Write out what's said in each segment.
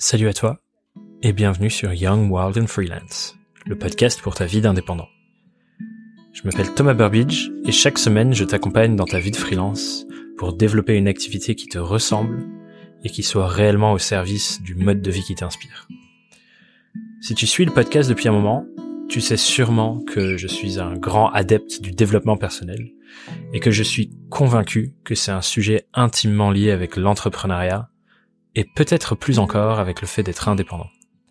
Salut à toi et bienvenue sur Young, Wild and Freelance, le podcast pour ta vie d'indépendant. Je m'appelle Thomas Burbidge et chaque semaine je t'accompagne dans ta vie de freelance pour développer une activité qui te ressemble et qui soit réellement au service du mode de vie qui t'inspire. Si tu suis le podcast depuis un moment, tu sais sûrement que je suis un grand adepte du développement personnel et que je suis convaincu que c'est un sujet intimement lié avec l'entrepreneuriat et peut-être plus encore avec le fait d'être indépendant.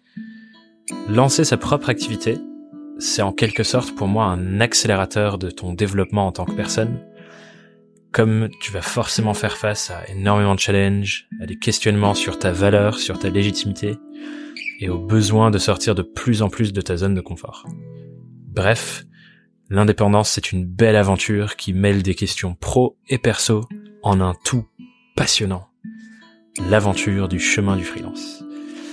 Lancer sa propre activité, c'est en quelque sorte pour moi un accélérateur de ton développement en tant que personne. Comme tu vas forcément faire face à énormément de challenges, à des questionnements sur ta valeur, sur ta légitimité, et au besoin de sortir de plus en plus de ta zone de confort. Bref, l'indépendance c'est une belle aventure qui mêle des questions pro et perso en un tout passionnant. L'aventure du chemin du freelance.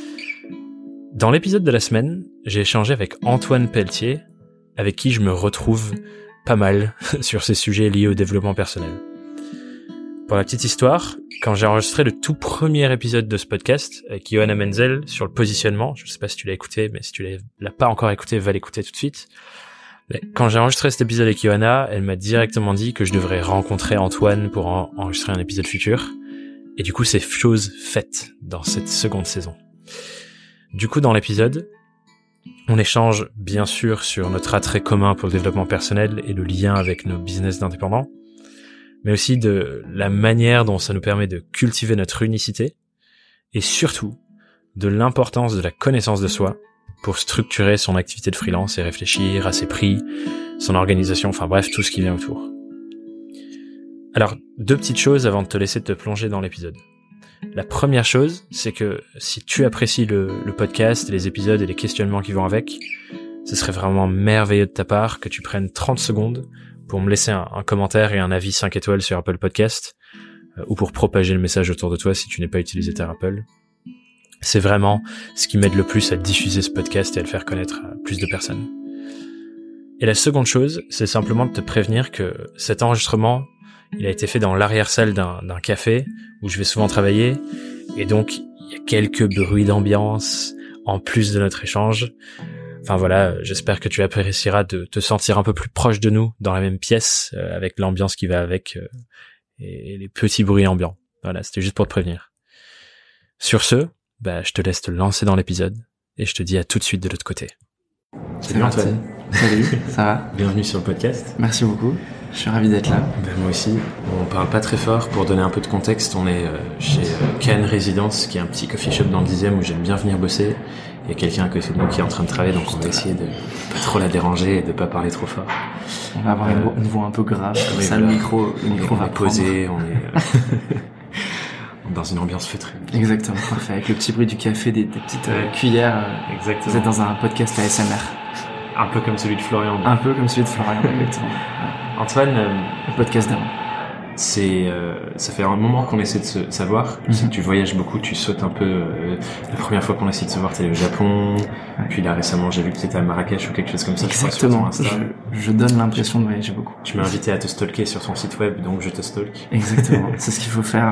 Dans l'épisode de la semaine, j'ai échangé avec Antoine Pelletier, avec qui je me retrouve pas mal sur ces sujets liés au développement personnel. Pour la petite histoire, quand j'ai enregistré le tout premier épisode de ce podcast avec Johanna Menzel sur le positionnement, je sais pas si tu l'as écouté, mais si tu l'as pas encore écouté, va l'écouter tout de suite. Mais quand j'ai enregistré cet épisode avec Johanna, elle m'a directement dit que je devrais rencontrer Antoine pour enregistrer un épisode futur. Et du coup, c'est chose faite dans cette seconde saison. Du coup, dans l'épisode, on échange bien sûr sur notre attrait commun pour le développement personnel et le lien avec nos business d'indépendants, mais aussi de la manière dont ça nous permet de cultiver notre unicité et surtout de l'importance de la connaissance de soi pour structurer son activité de freelance et réfléchir à ses prix, son organisation, enfin bref, tout ce qui vient autour. Alors, deux petites choses avant de te laisser te plonger dans l'épisode. La première chose, c'est que si tu apprécies le podcast, les épisodes et les questionnements qui vont avec, ce serait vraiment merveilleux de ta part que tu prennes 30 secondes pour me laisser un commentaire et un avis 5 étoiles sur Apple Podcast, ou pour propager le message autour de toi si tu n'es pas utilisateur Apple. C'est vraiment ce qui m'aide le plus à diffuser ce podcast et à le faire connaître à plus de personnes. Et la seconde chose, c'est simplement de te prévenir que cet enregistrement, il a été fait dans l'arrière-salle d'un café où je vais souvent travailler, et donc il y a quelques bruits d'ambiance en plus de notre échange. Enfin voilà, j'espère que tu apprécieras de te sentir un peu plus proche de nous dans la même pièce, avec l'ambiance qui va avec, et les petits bruits ambiants. Voilà, c'était juste pour te prévenir. Sur ce, je te laisse te lancer dans l'épisode, et je te dis à tout de suite de l'autre côté. Salut Antoine. Salut, ça va? Bienvenue sur le podcast. Merci beaucoup, je suis ravi d'être là. Moi aussi. On parle pas très fort, pour donner un peu de contexte, on est chez Can Residence, qui est un petit coffee shop dans le 10e où j'aime bien venir bosser. Il y a quelqu'un à côté de nous qui est en train de travailler, donc on va essayer de pas trop la déranger et de pas parler trop fort. On va avoir une voix un peu grave, comme ça voilà. le micro on va est posé, on est dans une ambiance feutrée. Exactement, parfait, avec le petit bruit du café, des petites cuillères. Exactement. Vous êtes dans un podcast ASMR. Un peu comme celui de Florian. Un peu comme celui de Florian, exactement. Ouais. Antoine, le podcast d'avant. Ça fait un moment qu'on essaie de se savoir. Je sais que tu voyages beaucoup, tu sautes un peu. La première fois qu'on a essayé de se voir, t'es allé au Japon. Ouais. Puis là, récemment, j'ai vu que t'étais à Marrakech ou quelque chose comme ça. Exactement. Je donne l'impression de voyager beaucoup. Tu m'as invité à te stalker sur ton site web, donc je te stalk. Exactement. C'est ce qu'il faut faire.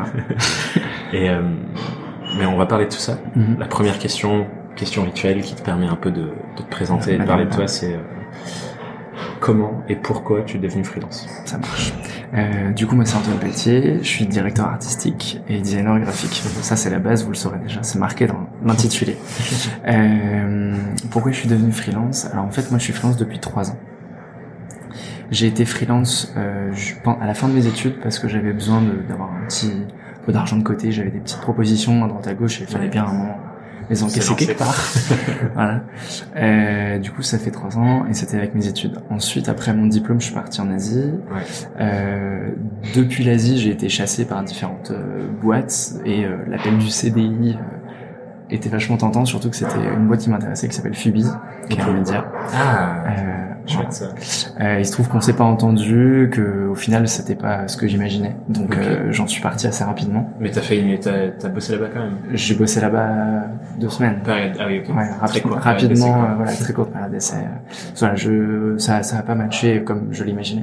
Mais on va parler de tout ça. La première question rituelle qui te permet un peu de te présenter et de parler de toi, c'est comment et pourquoi tu es devenu freelance. Ça marche. Du coup, moi, c'est Antoine Pelletier, je suis directeur artistique et designer graphique. Ça, c'est la base, vous le saurez déjà, c'est marqué dans l'intitulé. Pourquoi je suis devenu freelance? Alors, en fait, moi, je suis freelance depuis 3 ans. J'ai été freelance à la fin de mes études parce que j'avais besoin d'avoir un petit peu d'argent de côté. J'avais des petites propositions à droite à gauche et il fallait bien un moment les encaisser quelque part. Voilà. Du coup, ça fait 3 ans et c'était avec mes études. Ensuite, après mon diplôme, je suis parti en Asie. Ouais. Depuis l'Asie, j'ai été chassé par différentes boîtes et l'appel du CDI était vachement tentant, surtout que c'était une boîte qui m'intéressait qui s'appelle Fubiz, qui est un média. Chouette ça. Il se trouve qu'on s'est pas entendu, que au final c'était pas ce que j'imaginais, donc j'en suis parti assez rapidement. Mais t'as bossé là-bas quand même? J'ai bossé là-bas 2 semaines. Ah oui, ok. Ouais, rapidement, voilà, très courte période d'essai. Voilà, ça a pas matché comme je l'imaginais.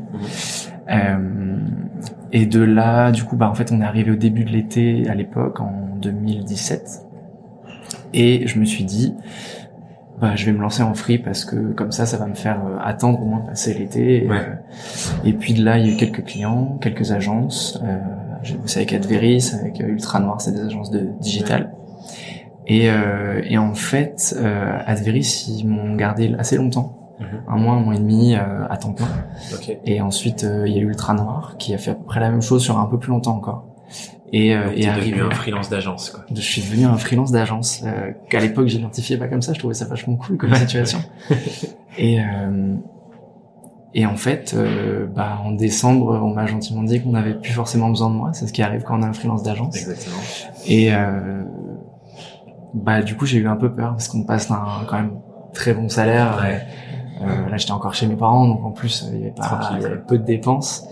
Et de là, du coup, en fait, on est arrivé au début de l'été à l'époque en 2017. Et je me suis dit, je vais me lancer en free parce que comme ça va me faire attendre au moins passer l'été. Et puis de là, il y a eu quelques clients, quelques agences. J'ai bossé avec Adveris, avec Ultra Noir, c'est des agences de digital. Et en fait, Adveris, ils m'ont gardé assez longtemps. Un mois et demi à temps plein. Et ensuite il y a eu Ultra Noir qui a fait à peu près la même chose sur un peu plus longtemps encore. Et devenu un freelance d'agence, quoi. Je suis devenu un freelance d'agence qu'à l'époque j'identifiais pas comme ça. Je trouvais ça vachement cool comme situation. Et en fait, en décembre, on m'a gentiment dit qu'on n'avait plus forcément besoin de moi. C'est ce qui arrive quand on est un freelance d'agence. Exactement. Et du coup, j'ai eu un peu peur parce qu'on passe d'un quand même très bon salaire. Là, j'étais encore chez mes parents, donc en plus, il y avait peu de dépenses.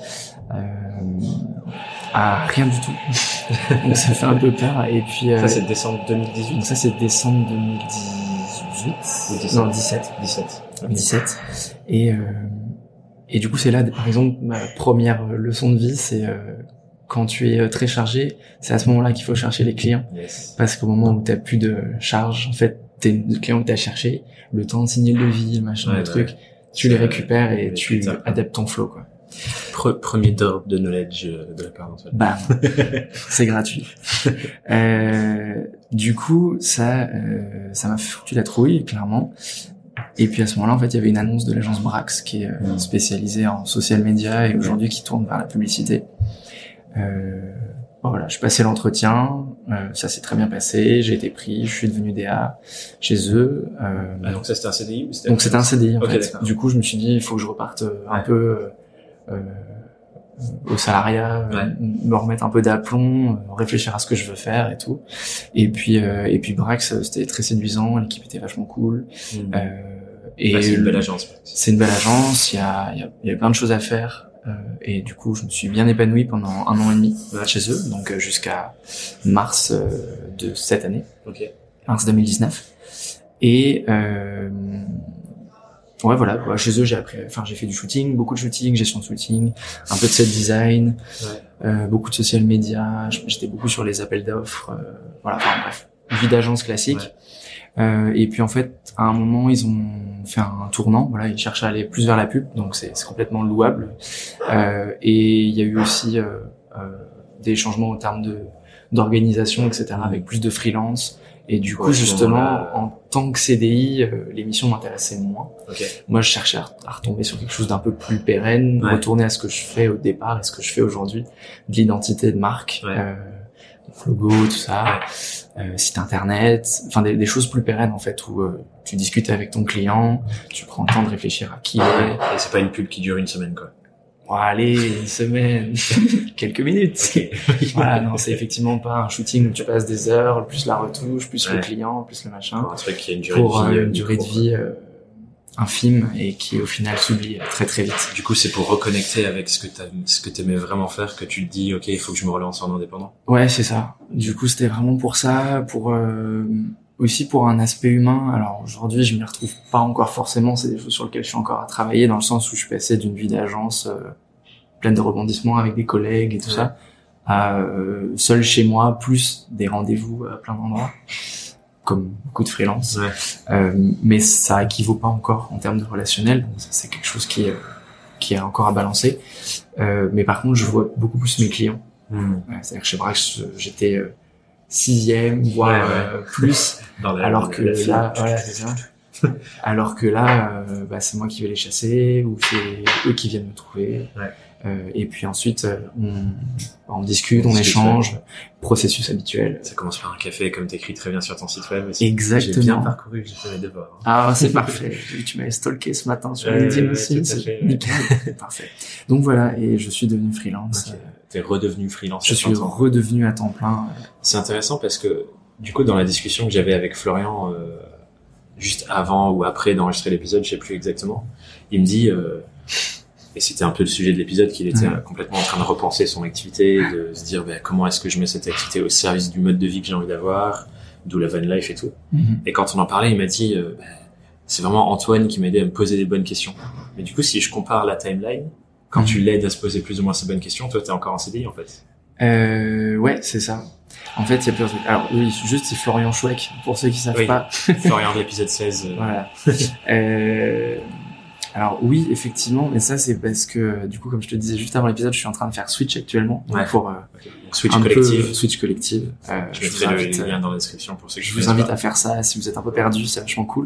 Rien du tout. Donc ça fait un peu peur. Et puis ça c'est décembre 2018. Donc ça c'est décembre 2018. Non, 17. 17. Et du coup c'est là, par exemple, ma première leçon de vie, c'est quand tu es très chargé, c'est à ce moment-là qu'il faut chercher les clients. Parce qu'au moment où t'as plus de charge, en fait, tes clients que t'as cherché, le temps de signer le devis, le machin, le truc, tu les récupères et tu adaptes ton flow, quoi. Premier drop de knowledge de la part d'Antoine. Bam. C'est gratuit. Du coup, ça m'a foutu la trouille, clairement. Et puis à ce moment-là, en fait, il y avait une annonce de l'agence Brax qui est spécialisée en social media et aujourd'hui qui tourne vers la publicité. Voilà, je passais l'entretien, ça s'est très bien passé, j'ai été pris, je suis devenu DA chez eux. Donc ça c'était un CDI ou c'était Donc c'était un CDI en fait. D'accord. Du coup, je me suis dit il faut que je reparte un peu au salariat, me remettre un peu d'aplomb, réfléchir à ce que je veux faire et tout. Et puis Brax, c'était très séduisant, l'équipe était vachement cool. Et c'est une belle agence. C'est une belle agence, il y a plein de choses à faire. Et du coup, je me suis bien épanoui pendant 1 an et demi chez eux, donc jusqu'à mars de cette année, mars 2019. Et voilà, chez eux, j'ai fait du shooting, beaucoup de shooting, gestion de shooting, un peu de set design, beaucoup de social media. J'étais beaucoup sur les appels d'offres, bref, vie d'agence classique. Et puis en fait, à un moment, ils ont fait un tournant. Voilà, ils cherchaient à aller plus vers la pub, donc c'est complètement louable. Et il y a eu aussi des changements en termes d'organisation, etc., avec plus de freelance. Et du coup, justement, en tant que CDI, l'émission m'intéressait moins. Moi, je cherchais à retomber sur quelque chose d'un peu plus pérenne, retourner à ce que je fais au départ et ce que je fais aujourd'hui, de l'identité de marque. Logo, tout ça, site internet, des choses plus pérennes en fait où tu discutes avec ton client, tu prends le temps de réfléchir à qui il est. Et c'est pas une pub qui dure une semaine, quoi. Bon, allez, une semaine, quelques minutes. Voilà, non, c'est effectivement pas un shooting où tu passes des heures, plus la retouche, plus le client, plus le machin. Un truc qui a une durée de vie infime et qui au final s'oublie très très vite. Du coup, c'est pour reconnecter avec ce que t'aimais vraiment faire que tu te dis ok, il faut que je me relance en indépendant. Ouais, c'est ça. Du coup, c'était vraiment pour ça, aussi pour un aspect humain. Alors aujourd'hui, je m'y retrouve pas encore forcément, c'est des choses sur lesquelles je suis encore à travailler dans le sens où je suis passé d'une vie d'agence pleine de rebondissements avec des collègues et tout ça à seul chez moi plus des rendez-vous à plein d'endroits. Comme beaucoup de freelance, mais ça équivaut pas encore en termes de relationnel, donc c'est quelque chose qui est encore à balancer. Mais par contre, je vois beaucoup plus mes clients. C'est-à-dire que chez Brax, j'étais 6e, voire plus, alors que là, c'est ça. Alors que là, c'est moi qui vais les chasser ou c'est eux qui viennent me trouver. Et puis ensuite, on discute, on échange, processus habituel. Ça commence par un café, comme t'écris très bien sur ton site web aussi. Exactement. J'ai bien parcouru, j'ai fait mes devoirs. Ah, c'est parfait. Tu m'avais stalké ce matin sur LinkedIn aussi, c'est nickel. Parfait. Donc voilà, et je suis devenu freelance. T'es redevenu freelance. Je suis redevenu à temps plein. C'est intéressant parce que, du coup, dans la discussion que j'avais avec Florian, juste avant ou après d'enregistrer l'épisode, je sais plus exactement, il me dit, et c'était un peu le sujet de l'épisode, qu'il était complètement en train de repenser son activité, de se dire comment est-ce que je mets cette activité au service du mode de vie que j'ai envie d'avoir, d'où la van life et tout. Et quand on en parlait, il m'a dit c'est vraiment Antoine qui m'a aidé à me poser des bonnes questions. Mais du coup, si je compare la timeline, quand tu l'aides à se poser plus ou moins ces bonnes questions, toi t'es encore en CDI en fait. Ouais, c'est ça. En fait, il y a plusieurs trucs. Alors oui, juste c'est Florian Chouec, pour ceux qui savent pas. Florian de l'épisode 16. Voilà. Alors oui, effectivement, mais ça c'est parce que du coup, comme je te disais juste avant l'épisode, je suis en train de faire Switch actuellement. Ouais. Pour Switch collective. Switch collective. Je mettrai le lien dans la description pour ceux qui je vous invite à faire ça si vous êtes un peu perdu, c'est vachement cool.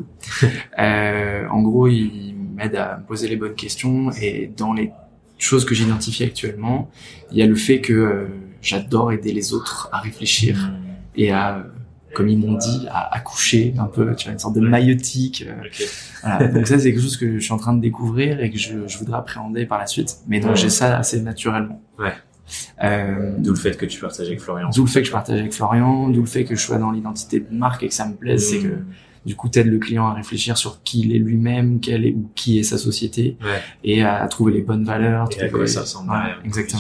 En gros, il m'aide à me poser les bonnes questions et dans les choses que j'identifie actuellement, il y a le fait que j'adore aider les autres à réfléchir et à comme ils m'ont dit, à accoucher un peu, tu vois, une sorte de maïeutique. Voilà. Donc ça, c'est quelque chose que je suis en train de découvrir et que je voudrais appréhender par la suite. Mais donc j'ai ça assez naturellement. Ouais. D'où le fait que tu partages avec Florian. D'où le fait que je partage avec Florian, d'où le fait que je sois dans l'identité de marque et que ça me plaise, c'est que du coup t'aides le client à réfléchir sur qui il est lui-même, ou qui est sa société, et à trouver les bonnes valeurs. Et à quoi ça ressemble derrière. Exactement.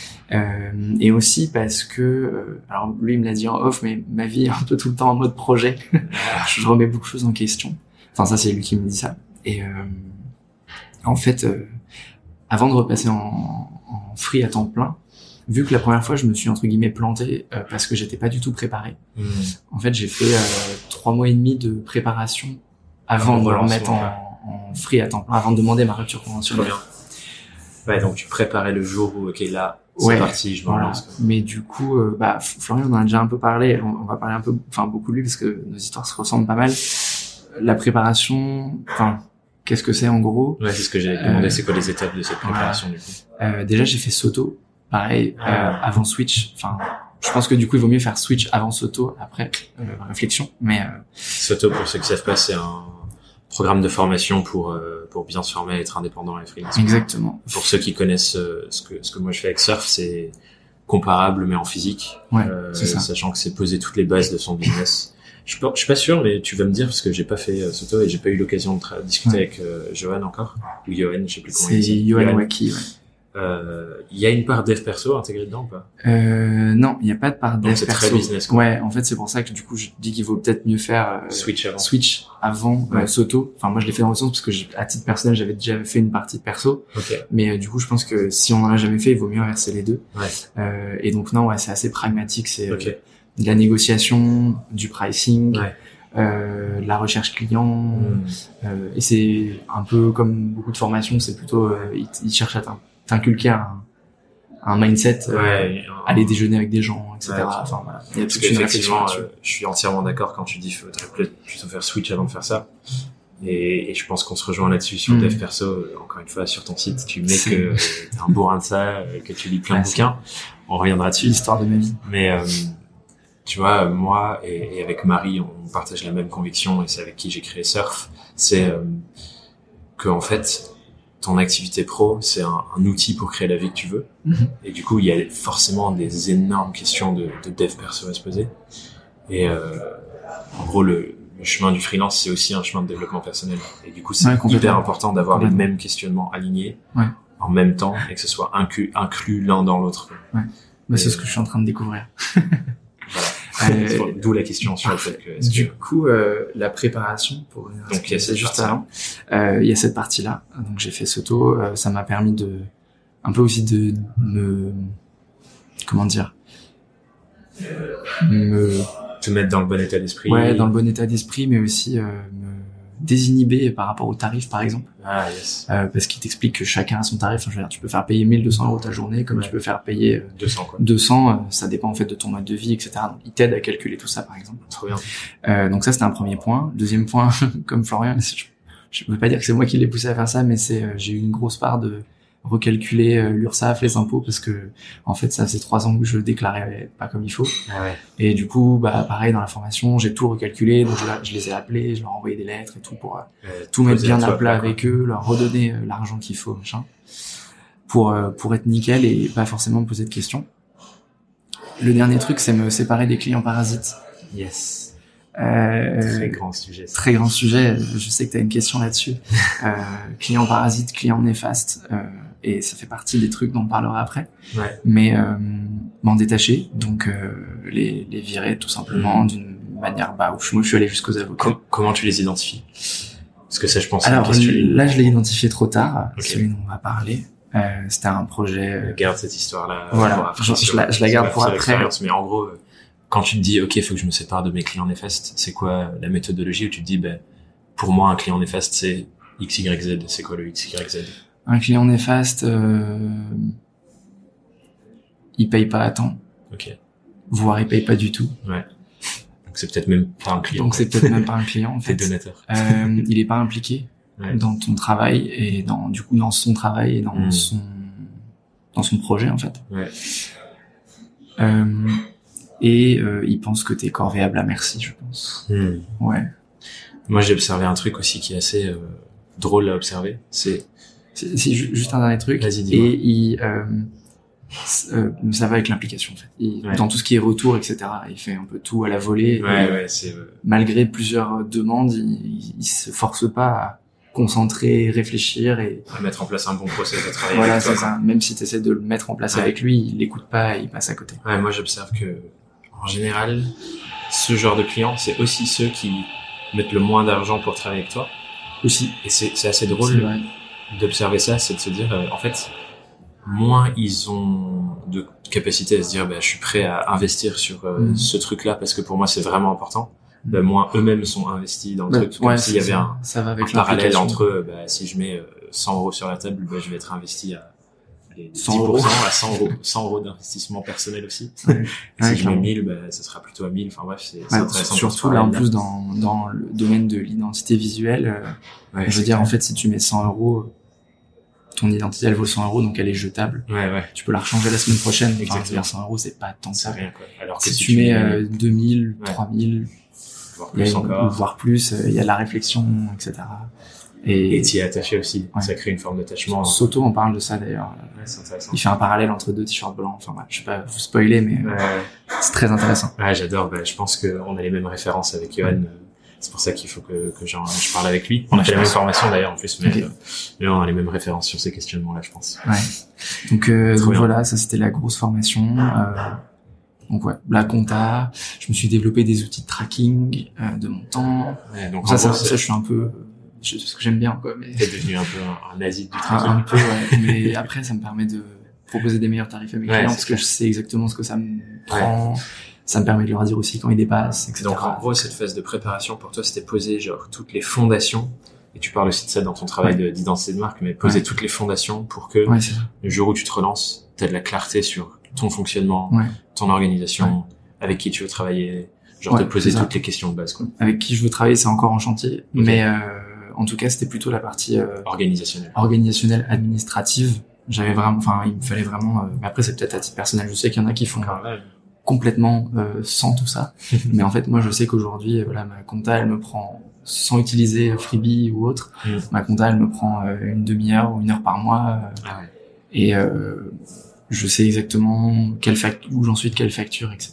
Et aussi parce que, alors lui il me l'a dit en off, mais ma vie est un peu tout le temps en mode projet. Je remets beaucoup de choses en question. Enfin ça c'est lui qui me dit ça. Et en fait, avant de repasser en free à temps plein, vu que la première fois je me suis entre guillemets planté parce que j'étais pas du tout préparé. En fait j'ai fait 3 mois et demi de préparation avant de me remettre en free à temps plein, avant de demander ma rupture conventionnelle. Ouais, donc tu préparais le jour où ok là c'est parti, je me lance. Mais du coup, Florian on en a déjà un peu parlé. On va parler un peu, enfin beaucoup de lui parce que nos histoires se ressemblent pas mal. La préparation, enfin qu'est-ce que c'est en gros? Ouais, c'est ce que j'allais demandé. C'est quoi les étapes de cette préparation du coup? Déjà j'ai fait Soto, pareil, avant Switch. Enfin, je pense que du coup il vaut mieux faire Switch avant Soto, après réflexion. Mais Soto, pour ceux qui savent pas, c'est un programme de formation pour bien se former à être indépendant et freelance. Exactement. Pour ceux qui connaissent ce que moi je fais avec Surf, c'est comparable mais en physique. Ouais, c'est ça. Sachant que c'est poser toutes les bases de son business. Je suis pas sûr, mais tu vas me dire parce que j'ai pas fait Soto et j'ai pas eu l'occasion de discuter avec Johan encore ou Johan, je sais plus comment il dit. C'est Johan Waki, ouais. Il y a une part dev perso intégrée dedans ou pas? Non, il n'y a pas de part dev perso. C'est très business, quoi. Ouais, en fait, c'est pour ça que du coup, je dis qu'il vaut peut-être mieux faire Switch avant Soto. Enfin, moi, je l'ai fait dans le sens parce que à titre personnel, j'avais déjà fait une partie perso. Okay. Mais du coup, je pense que si on en a jamais fait, il vaut mieux inverser les deux. Ouais. Et donc, non, ouais, c'est assez pragmatique. C'est de la négociation, du pricing, de la recherche client. Et c'est un peu comme beaucoup de formations, c'est plutôt, ils cherchent à t'inculquer un mindset, aller déjeuner avec des gens, etc. Enfin, voilà. Il y a toute une réflexion là-dessus. Je suis entièrement d'accord quand tu dis qu'il faudrait plutôt faire Switch avant de faire ça. Et je pense qu'on se rejoint là-dessus sur Dev Perso. Encore une fois, sur ton site, tu mets que t'es un bourrin de ça, que tu lis plein de bouquins. On reviendra dessus. L'histoire de ma vie. Mais, tu vois, moi et avec Marie, on partage la même conviction et c'est avec qui j'ai créé Surf. C'est, que en fait, ton activité pro, c'est un outil pour créer la vie que tu veux. Et du coup, il y a forcément des énormes questions de dev perso à se poser. Et en gros, le chemin du freelance, c'est aussi un chemin de développement personnel. Et du coup, c'est hyper important d'avoir les mêmes questionnements alignés en même temps et que ce soit inclus l'un dans l'autre. Ouais. Bah, c'est ce que je suis en train de découvrir. D'où la question sur le fait que... Du coup, la préparation pour donc il y a cette juste avant, il y a cette partie-là. Donc j'ai fait Soto, ça m'a permis un peu aussi de me, comment dire, te mettre dans le bon état d'esprit. Ouais, dans le bon état d'esprit, mais aussi me désinhiber par rapport au tarif, par exemple. Ah, yes. Parce qu'il t'explique que chacun a son tarif. Enfin, je veux dire, tu peux faire payer 1 200 € ta journée, comme tu peux faire payer 200, quoi. 200, ça dépend en fait de ton mode de vie, etc. Donc, il t'aide à calculer tout ça, par exemple. Trop bien. Donc ça, c'était un premier point. Deuxième point, comme Florian, je veux pas dire que c'est moi qui l'ai poussé à faire ça, mais j'ai eu une grosse part de recalculer l'URSSAF, les impôts, parce que en fait ça faisait 3 ans que je déclarais pas comme il faut. Et du coup pareil dans la formation j'ai tout recalculé, donc je les ai appelés, je leur ai envoyé des lettres et tout pour tout mettre bien à plat avec eux, leur redonner l'argent qu'il faut, machin, pour être nickel et pas forcément me poser de questions. Le dernier truc, c'est me séparer des clients parasites. Yes. Très grand sujet. Très grand sujet. Je sais que tu as une question là-dessus. Clients parasites, clients néfastes, et ça fait partie des trucs dont on parlera après. Mais m'en détacher, donc les virer tout simplement d'une manière moi je suis allé jusqu'aux avocats. Comment tu les identifies? Parce que ça, je pense. Alors là, je l'ai identifié trop tard. Celui dont on va parler. C'était un projet. Garde cette histoire-là. Voilà. Je la garde pour après. Mais en gros, quand tu te dis, OK, il faut que je me sépare de mes clients néfastes, c'est quoi la méthodologie où tu te dis, pour moi, un client néfaste, c'est X, Y, Z. C'est quoi le X, Y, Z? Un client néfaste, il paye pas à temps. OK. Voire il paye pas du tout. Ouais. Donc c'est peut-être même pas un client. Donc c'est peut-être même pas un client, en fait. T'es donateur. Il est pas impliqué dans ton travail et dans son travail et dans son projet, en fait. Ouais. Il pense que t'es corvéable à merci, je pense. Ouais. Moi, j'ai observé un truc aussi qui est assez drôle à observer. C'est juste un dernier truc. Vas-y, dis-moi. Et ça va avec l'implication, en fait. Dans tout ce qui est retour, etc. Il fait un peu tout à la volée. Malgré plusieurs demandes, il se force pas à concentrer, réfléchir et à mettre en place un bon process de travail. Voilà, c'est ça. Même si tu essaies de le mettre en place avec lui, il l'écoute pas et il passe à côté. Ouais, moi j'observe que en général, ce genre de clients, c'est aussi ceux qui mettent le moins d'argent pour travailler avec toi. Aussi. Et c'est assez drôle d'observer ça, c'est de se dire en fait, moins ils ont de capacité à se dire je suis prêt à investir sur ce truc-là parce que pour moi c'est vraiment important. Moins eux-mêmes sont investis dans le truc, comme s'il y avait un parallèle entre eux. Si je mets 100 euros sur la table, je vais être investi à 10% à 100 euros d'investissement personnel aussi. Si je mets 1000, ça sera plutôt à 1000. Enfin bref, c'est intéressant. Surtout là, en plus, dans le domaine de l'identité visuelle, je veux dire, en fait, si tu mets 100 euros, ton identité, elle vaut 100 euros, donc elle est jetable. Tu peux la rechanger la semaine prochaine. Exactement. 100 euros, c'est pas tant que ça. Rien, quoi. Alors que si tu mets 2000, 3000, voire plus, il y a la réflexion, etc. Et t'y es attaché aussi. Ça crée une forme d'attachement. Soto en parle de ça d'ailleurs. C'est intéressant. Il fait un parallèle entre deux t-shirts blancs. Enfin, je vais pas vous spoiler, mais c'est très intéressant. Ouais, j'adore. Je pense qu'on a les mêmes références avec Johan. C'est pour ça qu'il faut que je parle avec lui. On a fait la même formation d'ailleurs en plus, mais on a les mêmes références sur ces questionnements-là, je pense. Donc voilà, ça c'était la grosse formation. Donc la compta, je me suis développé des outils de tracking de mon temps. Donc ça je suis un peu parce que j'aime bien quoi, mais t'es devenu un peu un nazi du tracking. Un peu mais après ça me permet de proposer des meilleurs tarifs à mes clients parce que je sais exactement ce que ça me prend. Ça me permet de leur dire aussi quand ils dépassent, etc. Donc en gros cette phase de préparation pour toi c'était poser toutes les fondations. Et tu parles aussi de ça dans ton travail d'identité de marque, mais poser toutes les fondations pour que le jour où tu te relances, t'as de la clarté sur ton fonctionnement, ton organisation, avec qui tu veux travailler, de poser toutes les questions de base, quoi. Avec qui je veux travailler, c'est encore en chantier, mais en tout cas, c'était plutôt la partie organisationnelle, administrative. J'avais vraiment, il me fallait vraiment. Mais après, c'est peut-être à titre personnel. Je sais qu'il y en a qui font complètement sans tout ça, mais en fait, moi, je sais qu'aujourd'hui, ma compta, elle me prend sans utiliser Freebie ou autre. Ma compta, elle me prend une demi-heure ou 1 heure par mois, et je sais exactement où j'en suis de quelle facture, etc.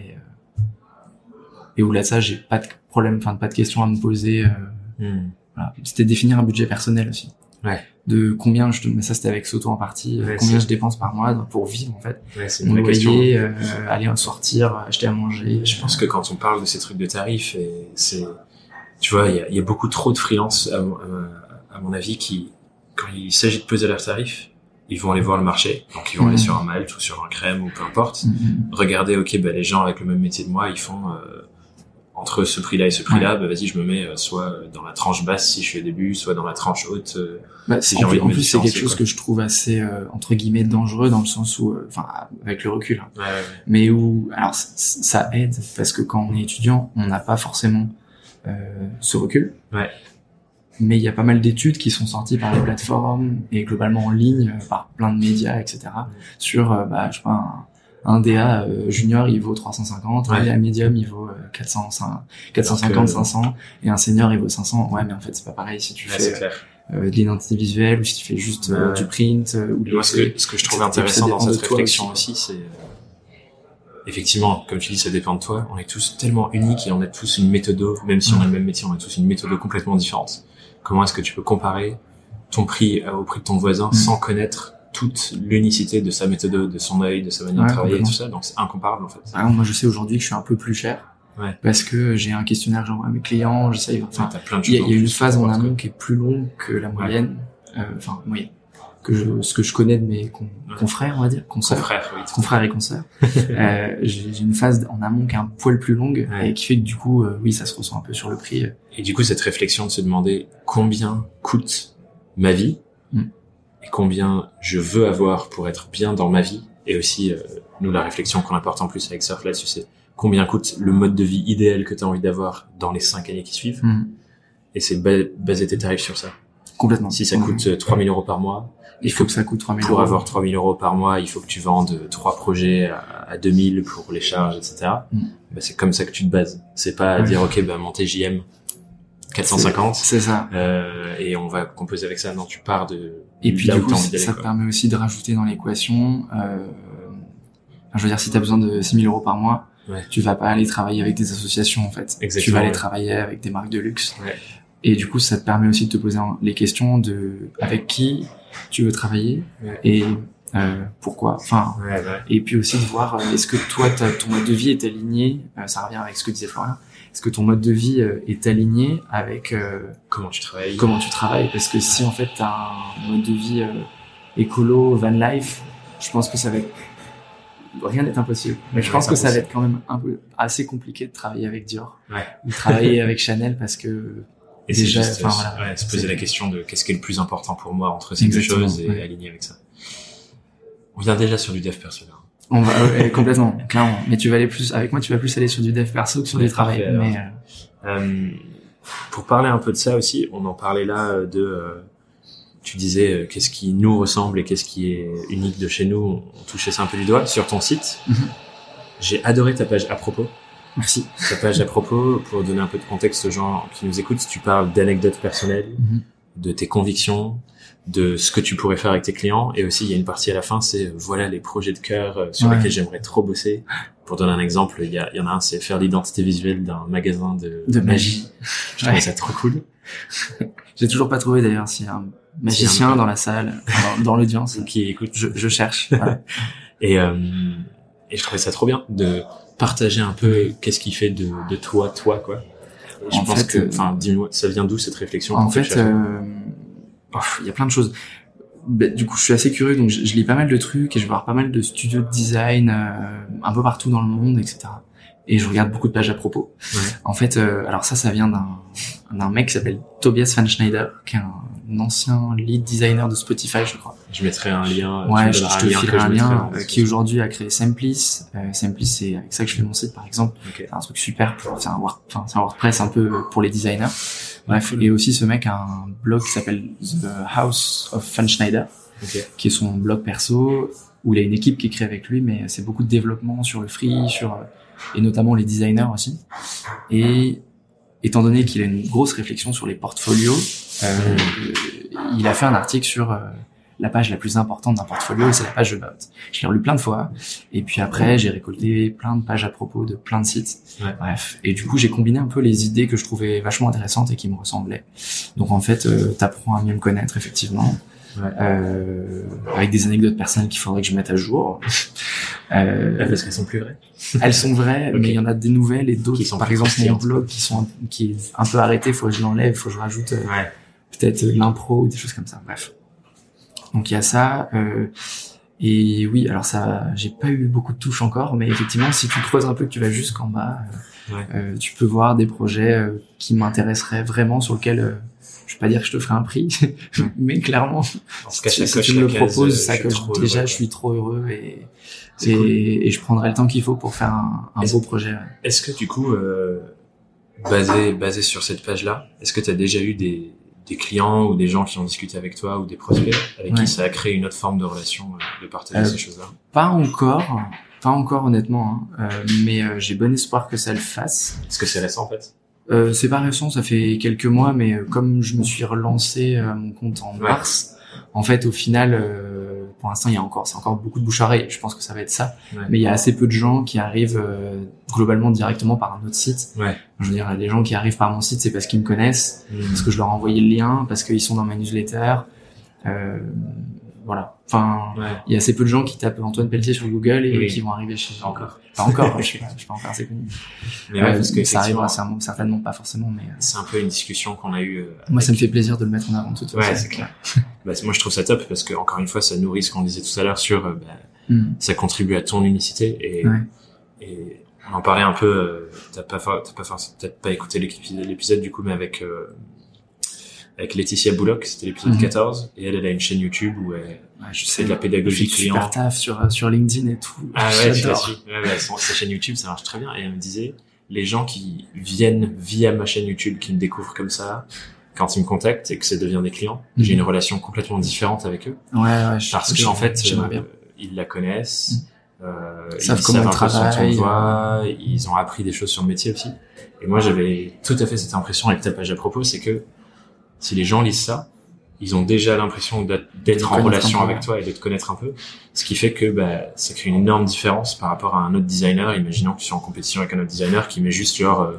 Et où là, ça, j'ai pas de problème, pas de questions à me poser. Voilà. C'était définir un budget personnel aussi. De combien mais ça c'était avec Soto en partie, combien je dépense par mois pour vivre en fait. C'est une vraie question. Aller sortir, acheter à manger. Je pense que quand on parle de ces trucs de tarifs, tu vois, il y a beaucoup trop de freelance à mon avis qui, quand il s'agit de poser leurs tarifs, ils vont aller voir le marché, donc ils vont aller sur un Malte ou sur un Crème ou peu importe, regarder les gens avec le même métier de moi, ils font entre ce prix-là et ce prix-là, vas-y, je me mets soit dans la tranche basse si je suis au début, soit dans la tranche haute si j'ai envie de me différencier. En plus, c'est quelque chose que je trouve assez entre guillemets dangereux dans le sens où, avec le recul, mais où, alors ça aide parce que quand on est étudiant, on n'a pas forcément ce recul. Mais il y a pas mal d'études qui sont sorties par les plateformes et globalement en ligne par plein de médias, etc. sur, je sais pas, un DA junior il vaut 350, un DA médium il vaut 450, 500, et un senior il vaut 500. Mais en fait c'est pas pareil si tu fais de l'identité visuelle ou si tu fais juste du print. Moi ce que je trouve intéressant dans cette réflexion aussi, c'est effectivement, comme tu dis, ça dépend de toi. On est tous tellement uniques et on a tous une méthode, même si on a le même métier, on a tous une méthode complètement différente. Comment est-ce que tu peux comparer ton prix au prix de ton voisin sans connaître toute l'unicité de sa méthode, de son œil, de sa manière de travailler et tout ça? Donc c'est incomparable en fait. Moi je sais aujourd'hui que je suis un peu plus cher parce que j'ai un questionnaire que j'envoie à mes clients, j'essaye. T'as plein de choses. Il y a une phase en amont qui est plus longue que la moyenne. Moyenne. ce que je connais de mes confrères, on va dire, confrères et consoeurs. J'ai une phase en amont qui est un poil plus longue et qui fait que du coup, oui, ça se ressent un peu sur le prix. Et du coup, cette réflexion de se demander combien coûte ma vie et combien je veux avoir pour être bien dans ma vie, et aussi nous la réflexion qu'on apporte en plus avec Surf là-dessus, c'est combien coûte le mode de vie idéal que tu as envie d'avoir dans les 5 années qui suivent, et c'est baser tes tarifs sur ça. Complètement. Si ça coûte 3 000 euros par mois, il faut que ça coûte 3 000 pour euros. avoir 3 000 euros par mois, il faut que tu vendes 3 projets à 2 000 pour les charges, etc. Bah, c'est comme ça que tu te bases. C'est pas à dire, ok, bah, mon TJM, 450. C'est ça. Et on va composer avec ça. Non, tu pars de et puis là du où coup, t'as envie d'aller, ça te permet aussi de rajouter dans l'équation, je veux dire, si t'as besoin de 6 000 euros par mois, tu vas pas aller travailler avec des associations, en fait. Exactement, tu vas aller travailler avec des marques de luxe. Ouais. Et du coup, ça te permet aussi de te poser les questions de avec qui tu veux travailler et pourquoi. Enfin, et puis aussi de voir est-ce que toi, ton mode de vie est aligné. Ça revient avec ce que disait Florian. Est-ce que ton mode de vie est aligné avec comment tu travailles. Parce que si en fait t'as un mode de vie écolo, van life, je pense que ça va être rien n'est impossible. Mais je pense que ça va être quand même un peu assez compliqué de travailler avec Dior ou de travailler avec Chanel parce que et déjà, c'est juste se poser la question de qu'est-ce qui est le plus important pour moi entre ces deux choses et aligner avec ça. On vient déjà sur du dev perso là. On va complètement, clairement. Mais tu vas aller plus avec moi, tu vas plus aller sur du dev perso que sur du travail. Mais pour parler un peu de ça aussi, on en parlait là tu disais qu'est-ce qui nous ressemble et qu'est-ce qui est unique de chez nous. On touchait ça un peu du doigt sur ton site. J'ai adoré ta page à propos. Merci. Ta page à propos, pour donner un peu de contexte aux gens qui nous écoutent, tu parles d'anecdotes personnelles, de tes convictions, de ce que tu pourrais faire avec tes clients, et aussi il y a une partie à la fin, c'est voilà les projets de cœur sur lesquels j'aimerais trop bosser. Pour donner un exemple, il y en a un, c'est faire l'identité visuelle d'un magasin de magie. Je trouvais ça trop cool. J'ai toujours pas trouvé d'ailleurs s'il y a un magicien dans la salle, dans l'audience qui écoute. Je cherche. Voilà. Et je trouvais ça trop bien de partager un peu qu'est-ce qui fait de toi quoi. Et je pense que, enfin, dis-moi, ça vient d'où cette réflexion? En fait, il y a plein de choses. Du coup, je suis assez curieux, donc je lis pas mal de trucs et je vais voir pas mal de studios de design un peu partout dans le monde, etc. Et je regarde beaucoup de pages à propos. En fait, alors ça vient d'un mec qui s'appelle Tobias Van Schneider, qui est un ancien lead designer de Spotify, je crois. Je mettrai un lien. Je te filerai un lien qui aujourd'hui a créé Semplis. Semplis, c'est avec ça que je fais mon site, par exemple. C'est un truc super. C'est un WordPress un peu pour les designers. Bref, et aussi ce mec a un blog qui s'appelle The House of Van Schneider, qui est son blog perso, où il a une équipe qui écrit avec lui, mais c'est beaucoup de développement sur le free, et notamment les designers aussi. Et étant donné qu'il a une grosse réflexion sur les portfolios, il a fait un article sur la page la plus importante d'un portfolio, et c'est la page About. Je l'ai relu plein de fois, et puis après j'ai récolté plein de pages à propos de plein de sites. Bref, et du coup j'ai combiné un peu les idées que je trouvais vachement intéressantes et qui me ressemblaient. Donc en fait, t'apprends à mieux me connaître effectivement. Avec des anecdotes personnelles qu'il faudrait que je mette à jour. Parce qu'elles sont plus vraies. Elles sont vraies, mais il y en a des nouvelles et d'autres. Par exemple, mon blog qui est un peu arrêté, faut que je l'enlève, faut que je rajoute peut-être l'impro ou des choses comme ça. Bref. Donc il y a ça. Et oui, alors ça, j'ai pas eu beaucoup de touches encore, mais effectivement, si tu creuses un peu, que tu vas jusqu'en bas, tu peux voir des projets qui m'intéresseraient vraiment, sur lesquels je vais pas dire que je te ferai un prix, mais clairement, si tu me le proposes, ça coche déjà, je suis trop heureux et je prendrai le temps qu'il faut pour faire un beau projet. Est-ce que du coup, basé sur cette page-là, est-ce que tu as déjà eu des clients ou des gens qui ont discuté avec toi ou des prospects avec qui ça a créé une autre forme de relation, de partager ces choses-là? Pas encore honnêtement, mais j'ai bon espoir que ça le fasse. Est-ce que c'est récent en fait? C'est pas récent, ça fait quelques mois, mais comme je me suis relancé mon compte en mars, en fait au final, pour l'instant c'est encore beaucoup de bouche à oreille. Je pense que ça va être ça, mais il y a assez peu de gens qui arrivent globalement directement par un autre site. Je veux dire, les gens qui arrivent par mon site, c'est parce qu'ils me connaissent, parce que je leur ai envoyé le lien, parce qu'ils sont dans ma newsletter. voilà. Enfin, il y a assez peu de gens qui tapent Antoine Pelletier sur Google et qui vont arriver chez... Pas encore, je suis pas encore assez connu. Mais parce que ça arrivera certainement pas forcément, mais... C'est un peu une discussion qu'on a eue. Moi, ça me fait plaisir de le mettre en avant de toute façon. Ouais, c'est clair. Moi, je trouve ça top parce que, encore une fois, ça nourrit ce qu'on disait tout à l'heure sur, ça contribue à ton unicité et on en parlait un peu, t'as peut-être pas écouté l'épisode du coup, mais avec Laetitia Bullock, c'était l'épisode 14, et elle a une chaîne YouTube où elle fait de la pédagogie client. Super taf sur LinkedIn et tout. Ah ouais, j'adore. Sa chaîne YouTube, ça marche très bien. Et elle me disait, les gens qui viennent via ma chaîne YouTube, qui me découvrent comme ça, quand ils me contactent et que ça devient des clients, j'ai une relation complètement différente avec eux. Parce qu'en fait, ils la connaissent, ils savent comment elle travaille, ils ont appris des choses sur le métier aussi. Et moi, j'avais tout à fait cette impression avec ta page à propos, c'est que si les gens lisent ça, ils ont déjà l'impression d'être en relation avec toi et de te connaître un peu. Ce qui fait que, ça crée une énorme différence par rapport à un autre designer. Imaginons que tu sois en compétition avec un autre designer qui met juste genre,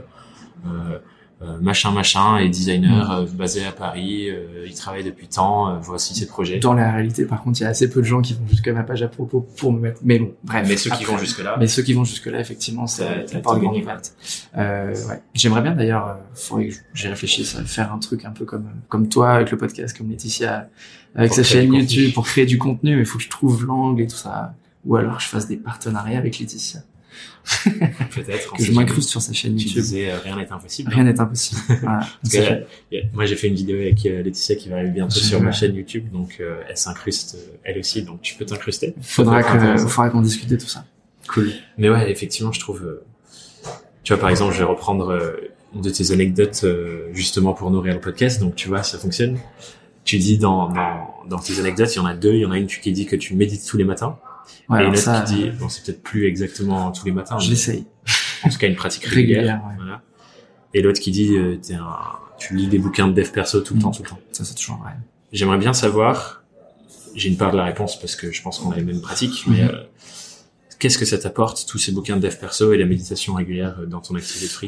machin et designer basé à Paris, il travaille depuis tant, voici ses projets. Dans la réalité, par contre, il y a assez peu de gens qui vont jusqu'à ma page à propos pour me mettre. Mais bon, bref. Mais ceux qui vont jusque là, effectivement, c'est la porte grande ouverte. J'aimerais bien d'ailleurs, faudrait que j'y réfléchisse à faire un truc un peu comme toi avec le podcast, comme Laetitia avec sa chaîne YouTube pour créer du contenu. Mais il faut que je trouve l'angle et tout ça, ou alors que je fasse des partenariats avec Laetitia. Peut-être que je m'incruste sur sa chaîne YouTube. Tu disais rien n'est impossible. Rien n'est impossible. Voilà. Moi j'ai fait une vidéo avec Laetitia qui va arriver bientôt sur ma chaîne YouTube, donc elle s'incruste elle aussi, donc tu peux t'incruster. Faudra qu'on discute de tout ça. Cool. Mais ouais, effectivement, je trouve. Tu vois, par exemple, je vais reprendre une de tes anecdotes justement pour nourrir le podcast. Donc tu vois, ça fonctionne. Tu dis dans tes anecdotes, il y en a deux. Il y en a une qui dit que tu médites tous les matins. Ouais, et une autre qui dit, bon, c'est peut-être plus exactement tous les matins. J'essaye. En tout cas, une pratique régulière. Ouais. Voilà. Et l'autre qui dit, tu lis des bouquins de dev perso tout le temps. Ça, c'est toujours vrai. J'aimerais bien savoir, j'ai une part de la réponse parce que je pense qu'on a les mêmes pratiques, mais qu'est-ce que ça t'apporte, tous ces bouquins de dev perso et la méditation régulière dans ton activité de free?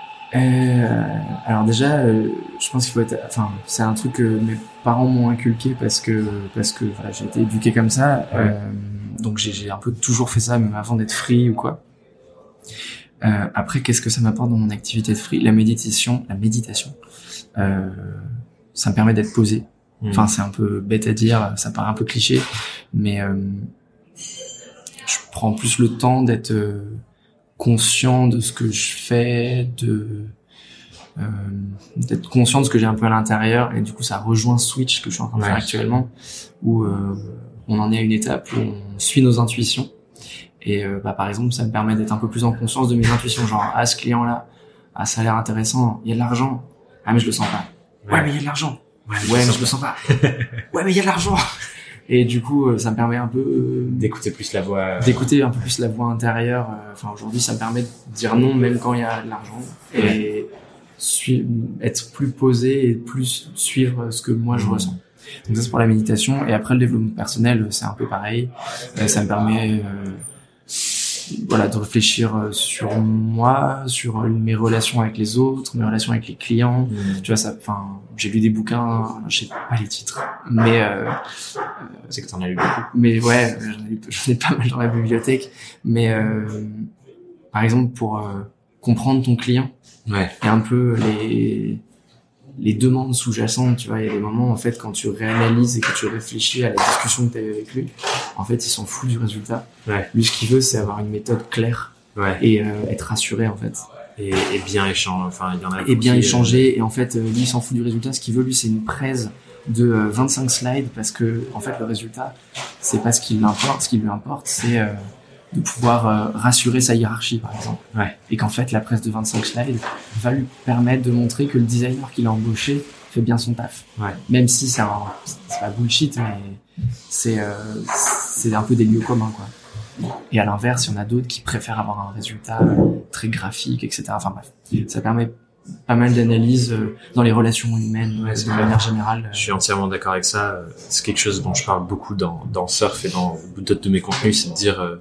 Alors déjà, je pense qu'il faut être, c'est un truc que mes parents m'ont inculqué parce que voilà, j'ai été éduqué comme ça. Donc j'ai un peu toujours fait ça, même avant d'être free ou quoi. Après, qu'est-ce que ça m'apporte dans mon activité de free? La méditation, ça me permet d'être posé. Enfin, c'est un peu bête à dire, ça paraît un peu cliché, mais je prends plus le temps d'être conscient de ce que je fais, d'être conscient de ce que j'ai un peu à l'intérieur, et du coup ça rejoint Switch que je suis en train de faire actuellement, où on en est à une étape où on suit nos intuitions, et par exemple ça me permet d'être un peu plus en conscience de mes intuitions, genre ce client là, ça a l'air intéressant, il y a de l'argent, mais je le sens pas, mais il y a de l'argent, mais je le sens pas, mais il y a de l'argent. Et du coup, ça me permet un peu d'écouter plus la voix, d'écouter un peu plus la voix intérieure. Aujourd'hui, ça me permet de dire non même quand il y a de l'argent, et être plus posé et plus suivre ce que moi je ressens. Donc ça, c'est pour la méditation. Et après, le développement personnel, c'est un peu pareil. Ça me permet de réfléchir sur moi, sur mes relations avec les autres, mes relations avec les clients. Tu vois, j'ai lu des bouquins, je sais pas les titres, mais c'est que t'en as lu beaucoup. Mais ouais, j'en ai pas mal dans la bibliothèque. Mais par exemple, pour comprendre ton client, et un peu les demandes sous-jacentes, tu vois, il y a des moments, en fait, quand tu réanalyses et que tu réfléchis à la discussion que tu as eu avec lui, en fait, il s'en fout du résultat. Lui, ce qu'il veut, c'est avoir une méthode claire et être rassuré, en fait. Et bien échanger, il y en a. Et bien échanger, et en fait, lui, il s'en fout du résultat. Ce qu'il veut, lui, c'est une presse de 25 slides, parce que, en fait, le résultat, c'est pas ce qui l'importe. Ce qui lui importe, c'est de pouvoir rassurer sa hiérarchie, par exemple. Et qu'en fait, la presse de 25 slides va lui permettre de montrer que le designer qu'il a embauché fait bien son taf. Même si c'est pas bullshit, mais c'est un peu des lieux communs, quoi. Et à l'inverse, il y en a d'autres qui préfèrent avoir un résultat très graphique, etc. Enfin bref, ça permet pas mal d'analyse dans les relations humaines, de manière générale. Je suis entièrement d'accord avec ça. C'est quelque chose dont je parle beaucoup dans Surf et dans d'autres de mes contenus, c'est de dire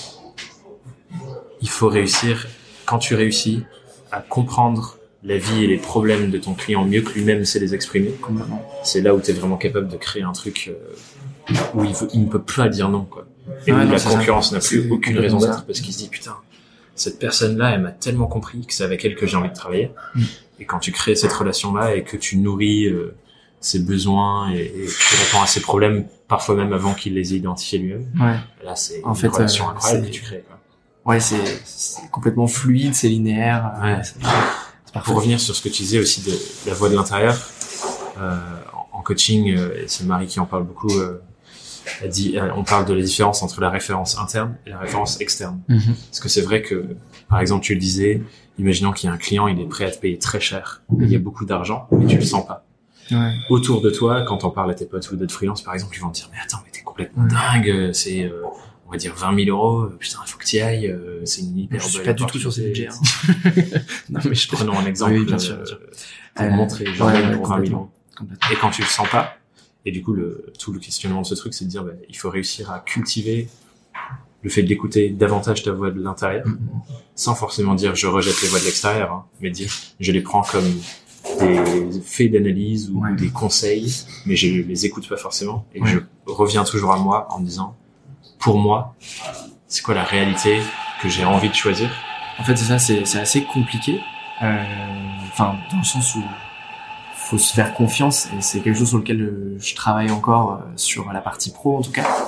il faut réussir, quand tu réussis à comprendre la vie et les problèmes de ton client mieux que lui-même sait les exprimer, c'est là où tu es vraiment capable de créer un truc où il ne peut pas dire non, quoi. Et où la concurrence n'a plus aucune raison d'être parce qu'il se dit putain, cette personne-là, elle m'a tellement compris que c'est avec elle que j'ai envie de travailler. Et quand tu crées cette relation-là et que tu nourris ses besoins et tu réponds à ses problèmes, parfois même avant qu'il les ait identifiés lui-même, là c'est une relation incroyable que tu crées, quoi. Ouais, c'est complètement fluide, c'est linéaire. C'est pour revenir sur ce que tu disais aussi de la voix de l'intérieur, en coaching, et c'est Marie qui en parle beaucoup, elle dit, on parle de la différence entre la référence interne et la référence externe. Parce que c'est vrai que, par exemple, tu le disais, imaginons qu'il y a un client, il est prêt à te payer très cher, il y a beaucoup d'argent, mais tu le sens pas. Autour de toi, quand on parle à tes potes ou d'autres freelances, par exemple, ils vont te dire, mais attends, mais t'es complètement dingue, c'est, on va dire 20 000 euros, putain, il faut que t'y ailles, c'est une hyper belle. Je suis pas du tout sur ces budgets. Non, mais prenons un exemple, bien sûr. Pour montrer, genre, pour 20 000 euros. Et quand tu le sens pas, et du coup, tout le questionnement de ce truc, c'est de dire, il faut réussir à cultiver le fait d'écouter davantage ta voix de l'intérieur, sans forcément dire je rejette les voix de l'extérieur, hein, mais dire je les prends comme des faits d'analyse ou des conseils, mais je les écoute pas forcément, et je reviens toujours à moi en me disant, pour moi, c'est quoi la réalité que j'ai envie de choisir? En fait, c'est ça, c'est assez compliqué, enfin, dans le sens où faut se faire confiance, et c'est quelque chose sur lequel je travaille encore sur la partie pro en tout cas.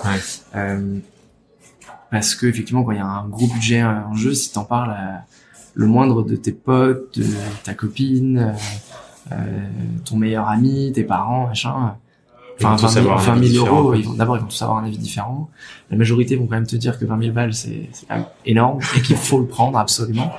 Parce que effectivement, quand il y a un gros budget en jeu, si t'en parles à le moindre de tes potes, de ta copine, ton meilleur ami, tes parents, machin, enfin 20 000 euros, ils vont tous avoir un avis différent. La majorité vont quand même te dire que 20 000 balles c'est quand même énorme et qu'il faut le prendre absolument.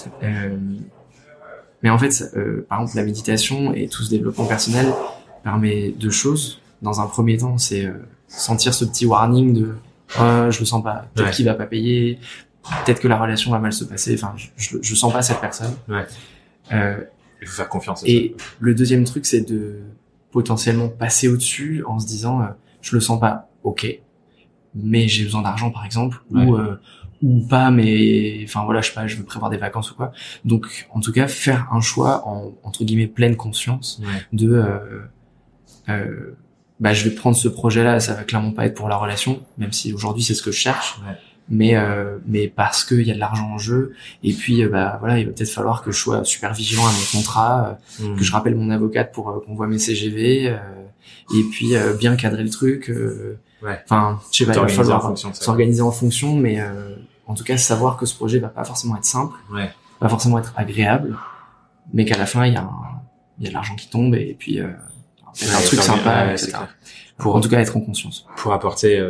Mais en fait, par exemple, la méditation et tout ce développement personnel permet deux choses. Dans un premier temps, c'est sentir ce petit warning de je le sens pas, peut-être qu'il va pas payer, peut-être que la relation va mal se passer, enfin je sens pas cette personne. Il faut faire confiance. Et le deuxième truc, c'est de potentiellement passer au-dessus en se disant je le sens pas, ok, mais j'ai besoin d'argent par exemple, ou pas, mais enfin voilà, je sais pas, je veux prévoir des vacances ou quoi. Donc en tout cas, faire un choix en entre guillemets pleine conscience de je vais prendre ce projet-là, ça va clairement pas être pour la relation, même si aujourd'hui c'est ce que je cherche. Mais parce que il y a de l'argent en jeu, et puis voilà, il va peut-être falloir que je sois super vigilant à mon contrat, que je rappelle mon avocate pour qu'on voit mes CGV, et puis bien cadrer le truc. Enfin, je sais pas, il va falloir s'organiser en fonction, mais en tout cas savoir que ce projet va pas forcément être simple, pas forcément être agréable, mais qu'à la fin il y a de l'argent qui tombe, et puis un truc sympa, etc. Pour en tout cas être en conscience. Pour apporter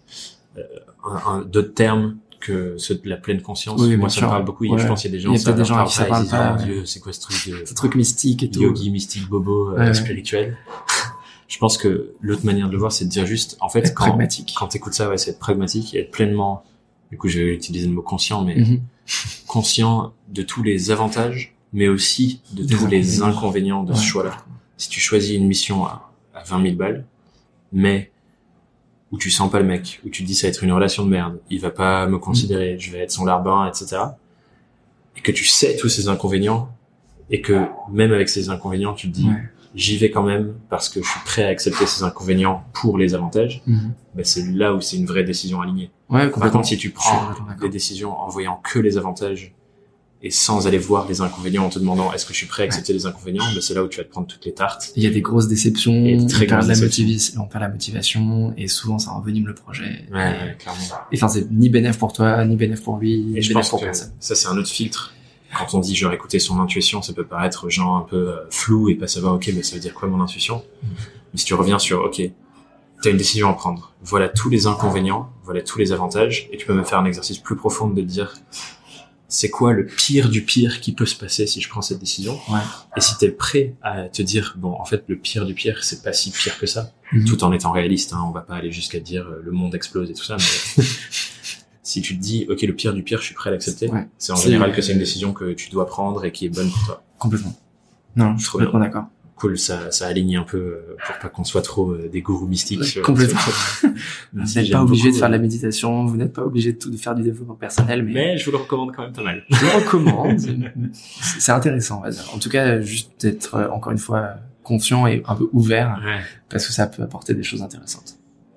d'autres termes que ceux de la pleine conscience. Moi, ça me parle beaucoup. Je pense qu'il y a des gens, ça parle pas. Dieu, c'est quoi ce truc ce truc mystique et tout. Yogi, mystique, bobo, spirituel. Je pense que l'autre manière de le voir, c'est de dire juste, en fait, quand t'écoutes ça, c'est être pragmatique et être pleinement, du coup, je vais utiliser le mot conscient, mais conscient de tous les avantages, mais aussi de tous les inconvénients de ce choix-là. Si tu choisis une mission à 20 000 balles, mais où tu sens pas le mec, où tu te dis ça va être une relation de merde, il va pas me considérer, je vais être son larbin, etc. Et que tu sais tous ces inconvénients, et que même avec ces inconvénients, tu te dis, j'y vais quand même parce que je suis prêt à accepter ces inconvénients pour les avantages, c'est là où c'est une vraie décision alignée. Par contre, si tu prends des décisions en voyant que les avantages, et sans aller voir les inconvénients en te demandant est-ce que je suis prêt à accepter les inconvénients, c'est là où tu vas te prendre toutes les tartes. Il y a des grosses déceptions, on perd la motivation, et souvent ça envenime le projet. Clairement. Et enfin, c'est ni bénéf pour toi, ni bénéf pour lui, et je pense que personne. Ça, c'est un autre filtre. Quand on dit genre écouter son intuition, ça peut paraître genre un peu flou et pas savoir ça veut dire quoi mon intuition. Mais si tu reviens sur t'as une décision à prendre, voilà tous les inconvénients, voilà tous les avantages, et tu peux même faire un exercice plus profond de te dire c'est quoi le pire du pire qui peut se passer si je prends cette décision. Et si t'es prêt à te dire bon, en fait le pire du pire c'est pas si pire que ça, tout en étant réaliste, on va pas aller jusqu'à dire le monde explose et tout ça, mais si tu te dis ok, le pire du pire je suis prêt à l'accepter, c'est en général que c'est une décision que tu dois prendre et qui est bonne pour toi. Complètement. Non, je suis complètement d'accord. Cool, ça aligne un peu pour pas qu'on soit trop des gourous mystiques. Complètement. Vous n'êtes pas obligé de faire de la méditation, vous n'êtes pas obligé de faire du développement personnel, mais je vous le recommande quand même pas mal. Je le recommande. C'est intéressant. En tout cas, juste être encore une fois conscient et un peu ouvert, parce que ça peut apporter des choses intéressantes.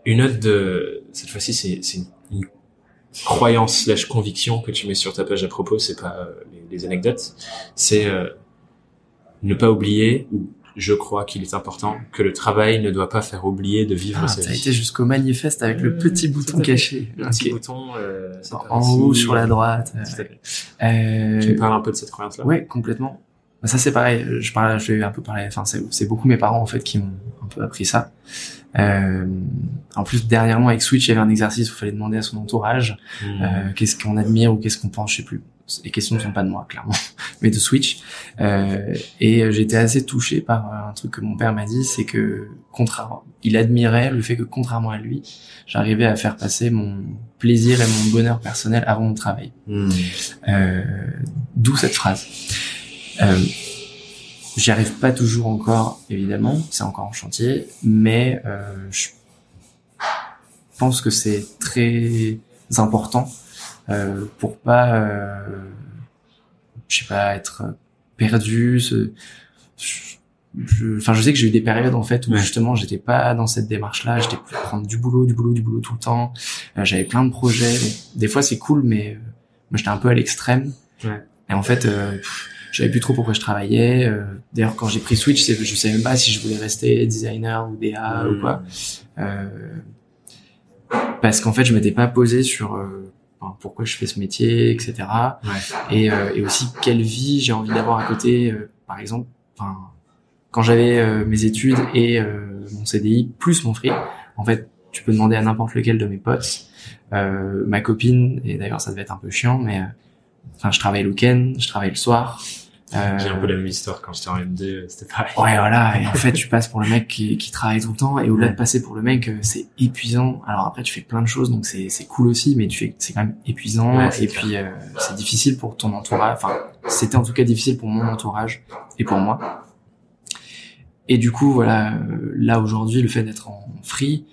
Une autre cette fois-ci, c'est une croyance / conviction que tu mets sur ta page à propos, c'est pas les anecdotes, c'est ne pas oublier, ou je crois qu'il est important, que le travail ne doit pas faire oublier de vivre sa vie. T'as été jusqu'au manifeste avec le petit bouton caché. Le petit bouton en haut sur la droite. Tu me parles un peu de cette croyance-là? Ouais, complètement. Ça c'est pareil, je vais un peu parler, enfin c'est beaucoup mes parents en fait qui m'ont un peu appris ça. En plus dernièrement avec Switch, il y avait un exercice où il fallait demander à son entourage qu'est-ce qu'on admire ou qu'est-ce qu'on pense, je sais plus. Les questions ne sont pas de moi clairement, mais de Switch. Et j'étais assez touché par un truc que mon père m'a dit, c'est que il admirait le fait que contrairement à lui, j'arrivais à faire passer mon plaisir et mon bonheur personnel avant mon travail. D'où cette phrase. J'y arrive pas toujours encore, évidemment, c'est encore en chantier, mais je pense que c'est très important pour pas, je sais pas, être perdu. Je sais que j'ai eu des périodes en fait où justement j'étais pas dans cette démarche-là, j'étais plus à prendre du boulot tout le temps. J'avais plein de projets. Des fois c'est cool, mais moi j'étais un peu à l'extrême. Et en fait. Je savais plus trop pourquoi je travaillais. D'ailleurs, quand j'ai pris Switch, je savais même pas si je voulais rester designer ou DA ou quoi. Parce qu'en fait, je m'étais pas posé sur pourquoi je fais ce métier, etc. Et aussi quelle vie j'ai envie d'avoir à côté. Par exemple, quand j'avais mes études et mon CDI plus mon free, en fait, tu peux demander à n'importe lequel de mes potes. Ma copine, et d'ailleurs ça devait être un peu chiant, mais je travaille le week-end, je travaille le soir. J'ai un peu la même histoire quand j'étais en M2, c'était pareil. Ouais, voilà. Et en fait, tu passes pour le mec qui travaille tout le temps, et au-delà de passer pour le mec, c'est épuisant. Alors après, tu fais plein de choses, donc c'est cool aussi, mais c'est quand même épuisant. Et puis, c'est difficile pour ton entourage. Enfin, c'était en tout cas difficile pour mon entourage et pour moi. Et du coup, voilà, là aujourd'hui, le fait d'être en free,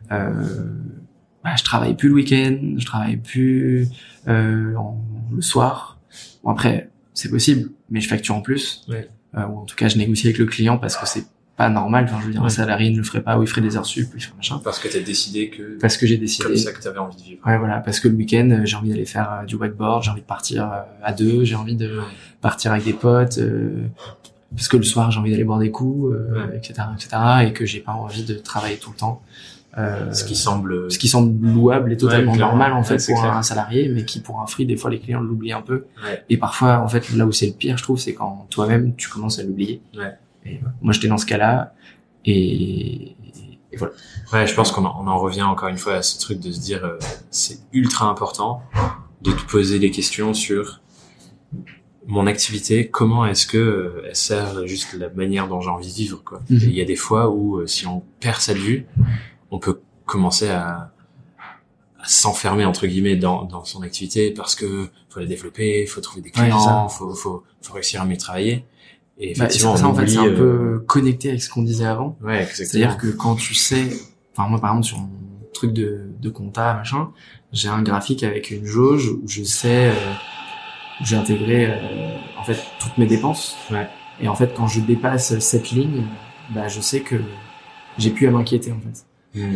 je travaille plus le week-end, je travaille plus le soir. Bon après, c'est possible, mais je facture en plus. Ou en tout cas, je négocie avec le client parce que c'est pas normal. Enfin, je veux dire, un salarié ne le ferait pas, ou il ferait des heures sup, ou il ferait machin. Parce que t'as décidé que... Parce que j'ai décidé. Comme ça que t'avais envie de vivre. Ouais, voilà. Parce que le week-end, j'ai envie d'aller faire du wakeboard, j'ai envie de partir à deux, j'ai envie de partir avec des potes, parce que le soir, j'ai envie d'aller boire des coups, etc., et que j'ai pas envie de travailler tout le temps. Ce qui semble louable et totalement normal en fait pour clair. un salarié, mais qui pour un free, des fois les clients l'oublient un peu. Et parfois en fait là où c'est le pire, je trouve, c'est quand toi-même tu commences à l'oublier. Et moi j'étais dans ce cas-là et voilà. Je pense qu'on en revient encore une fois à ce truc de se dire c'est ultra important de te poser des questions sur mon activité, comment est-ce que elle sert juste la manière dont j'ai envie de vivre, quoi. Et il y a des fois où si on perd ça de vue, on peut commencer à s'enfermer entre guillemets dans son activité parce que faut la développer, faut trouver des clients, faut réussir à mieux travailler. Et effectivement, ça, en fait, c'est un peu connecté avec ce qu'on disait avant. Exactement. C'est-à-dire que quand tu sais, moi par exemple sur mon truc de compta machin, j'ai un graphique avec une jauge où je sais où j'ai intégré en fait toutes mes dépenses. Et en fait, quand je dépasse cette ligne, je sais que j'ai plus à m'inquiéter en fait.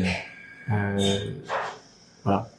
Voilà.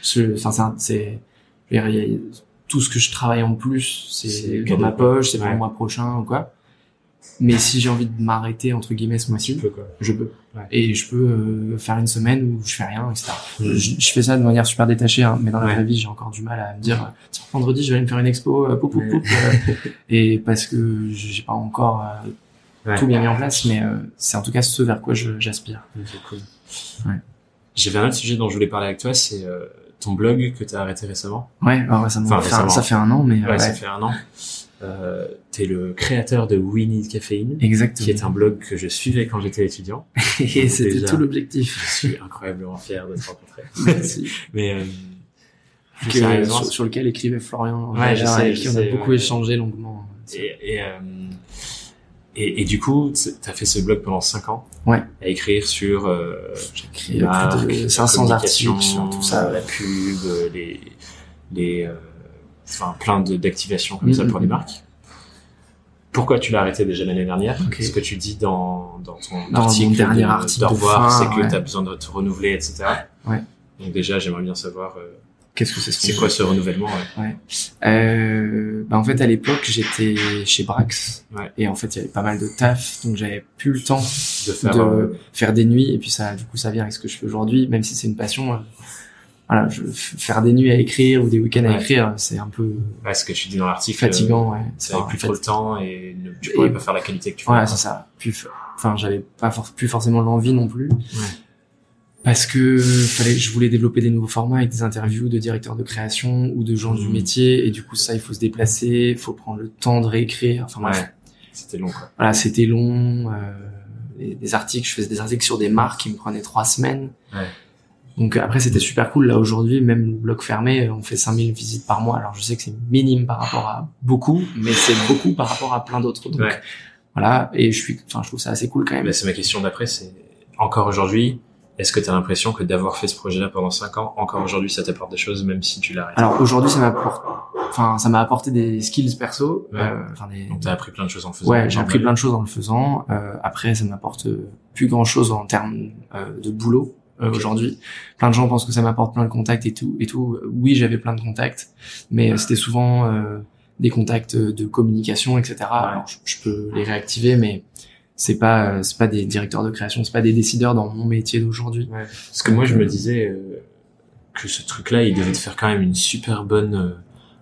Tout ce que je travaille en plus, c'est dans ma poche, c'est pour le mois prochain ou quoi. Mais si j'ai envie de m'arrêter entre guillemets ce mois-ci, je peux. Et je peux faire une semaine où je fais rien, etc. Je fais ça de manière super détachée, hein, mais dans la vraie vie, j'ai encore du mal à me dire tiens, vendredi, je vais aller me faire une expo, et parce que j'ai pas encore tout bien mis en place, mais c'est en tout cas ce vers quoi j'aspire. C'est cool. J'avais un autre sujet dont je voulais parler avec toi, c'est ton blog que t'as arrêté récemment. Ça fait un an, mais ça fait un an. T'es le créateur de We Need Caffeine. Exactement. Qui est un blog que je suivais quand j'étais étudiant. Et c'était tout l'objectif. Je suis incroyablement fier de te rencontrer. Merci. Mais sur lequel écrivait Florian, avec qui on a beaucoup échangé longuement. Et du coup, t'as fait ce blog pendant 5 ans. À écrire sur j'ai écrit plus de 500 articles sur tout ça, la pub, les plein d'activations comme ça pour les marques. pourquoi tu l'as arrêté déjà l'année dernière. Okay. Ce que tu dis dans ton mon dernier article de revoir, c'est que ouais. tu as besoin de te renouveler, etc. Ouais. Donc déjà, j'aimerais bien savoir qu'est-ce que c'est quoi ce renouvellement. Ouais. En fait, à l'époque, j'étais chez Brax. Ouais. Et en fait, il y avait pas mal de taf, donc j'avais plus le temps de faire des nuits. Et puis ça, du coup, ça vient avec ce que je fais aujourd'hui, même si c'est une passion. Voilà, faire des nuits à écrire ou des week-ends à écrire, c'est un peu ce que tu dis dans l'article, fatigant. Ouais. Ça avait plus trop le temps et tu pourrais pas faire la qualité que tu fais. Ouais, c'est ça. Enfin, j'avais pas plus forcément l'envie non plus. Ouais. Parce que je voulais développer des nouveaux formats avec des interviews de directeurs de création ou de gens du métier, et du coup ça, il faut se déplacer, il faut prendre le temps de réécrire. Enfin bref, c'était long quoi. Voilà, c'était long. Des articles, je faisais des articles sur des marques qui me prenaient 3 semaines. Ouais. Donc après c'était super cool. Là aujourd'hui, même le blog fermé, on fait 5000 visites par mois. Alors je sais que c'est minime par rapport à beaucoup, mais c'est beaucoup par rapport à plein d'autres. Donc voilà, et je trouve ça assez cool quand même. Mais c'est ma question d'après, c'est encore aujourd'hui. Est-ce que tu as l'impression que d'avoir fait ce projet-là pendant 5 ans, encore aujourd'hui, ça t'apporte des choses, même si tu l'arrêtes? Alors aujourd'hui, ça m'a apporté des skills perso. Ouais. Donc t'as appris plein de choses en le faisant. Ouais, j'ai appris plein de choses en le faisant. Après, ça m'apporte plus grand-chose en termes de boulot aujourd'hui. Plein de gens pensent que ça m'apporte plein de contacts et tout. Oui, j'avais plein de contacts, mais c'était souvent des contacts de communication, etc. Ouais. Alors, je peux les réactiver, mais c'est pas des directeurs de création, c'est pas des décideurs dans mon métier d'aujourd'hui. Ouais. Parce que moi je me disais que ce truc-là, il devait te faire quand même une super bonne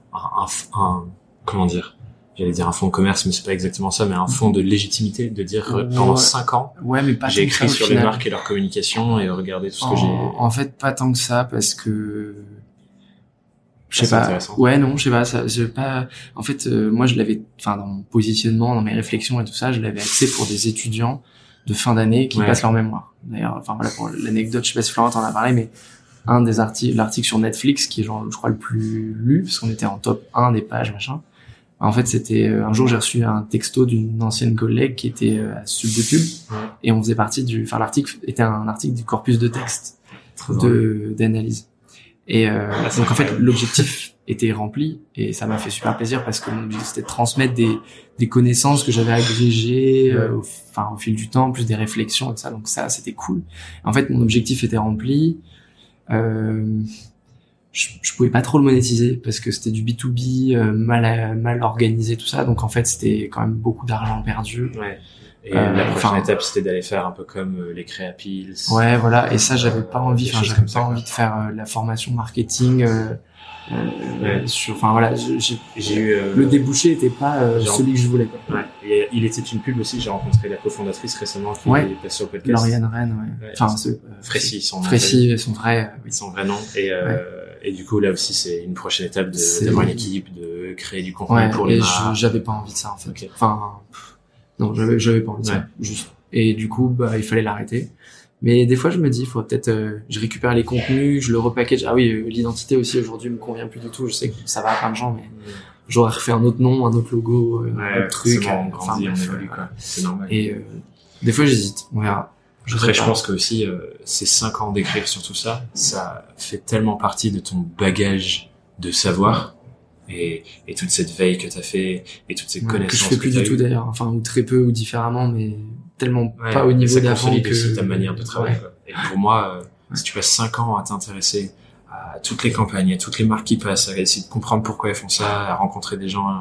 comment dire, j'allais dire un fonds de commerce, mais c'est pas exactement ça, mais un fonds de légitimité, de dire pendant 5 ans, mais pas j'ai écrit sur les marques et leur communication et regardé tout ce que j'ai. En fait, pas tant que ça, parce que je sais pas. Ouais, non, je sais pas. En fait, moi, je l'avais, dans mon positionnement, dans mes réflexions et tout ça, je l'avais axé pour des étudiants de fin d'année qui passent leur mémoire. D'ailleurs, voilà, pour l'anecdote, je sais pas si Florent t'en a parlé, mais l'article sur Netflix, qui est genre, je crois, le plus lu, parce qu'on était en top 1 des pages, machin. En fait, c'était, un jour, j'ai reçu un texto d'une ancienne collègue qui était à Sub de Pub, et on faisait partie l'article était un article du corpus de texte d'analyse. Et donc en fait l'objectif était rempli, et ça m'a fait super plaisir parce que mon objectif c'était de transmettre des connaissances que j'avais agrégées au fil du temps, plus des réflexions et tout ça. Donc ça c'était cool. En fait mon objectif était rempli. Je pouvais pas trop le monétiser parce que c'était du B2B mal organisé, tout ça. Donc en fait c'était quand même beaucoup d'argent perdu. Ouais. Et la prochaine étape, c'était d'aller faire un peu comme les Créapills. Ouais, voilà. Et ça, j'avais pas envie. J'avais pas envie de faire la formation marketing. J'ai eu le débouché était pas celui que je voulais. Ouais. Et il était une pub aussi. J'ai rencontré la cofondatrice récemment qui est passée sur le podcast. Lauriane Rennes. Ouais. Enfin, Frécy, son vrai nom. Et du coup, là aussi, c'est une prochaine étape d'avoir une équipe, de créer du contenu pour les marques. J'avais pas envie de ça en fait. Okay. Non, j'avais pas envie de ça. Juste. Et du coup, il fallait l'arrêter. Mais des fois, je me dis, il faut peut-être, je récupère les contenus, je le repackage. Ah oui, l'identité aussi aujourd'hui me convient plus du tout. Je sais que ça va à plein de gens, mais j'aurais refait un autre nom, un autre logo, un autre truc. On grandit, on évolue, quoi. C'est normal. Et des fois, j'hésite. On verra. Après, je pense que aussi, ces 5 ans d'écrire sur tout ça, ça fait tellement partie de ton bagage de savoir. Et toute cette veille que t'as fait, et toutes ces connaissances que je fais plus du tout d'ailleurs, ou très peu ou différemment, mais tellement pas au niveau d'avant que aussi ta manière de travailler. Quoi. Et pour moi, si tu passes 5 ans à t'intéresser à toutes les campagnes, à toutes les marques qui passent, à essayer de comprendre pourquoi elles font ça, à rencontrer des gens,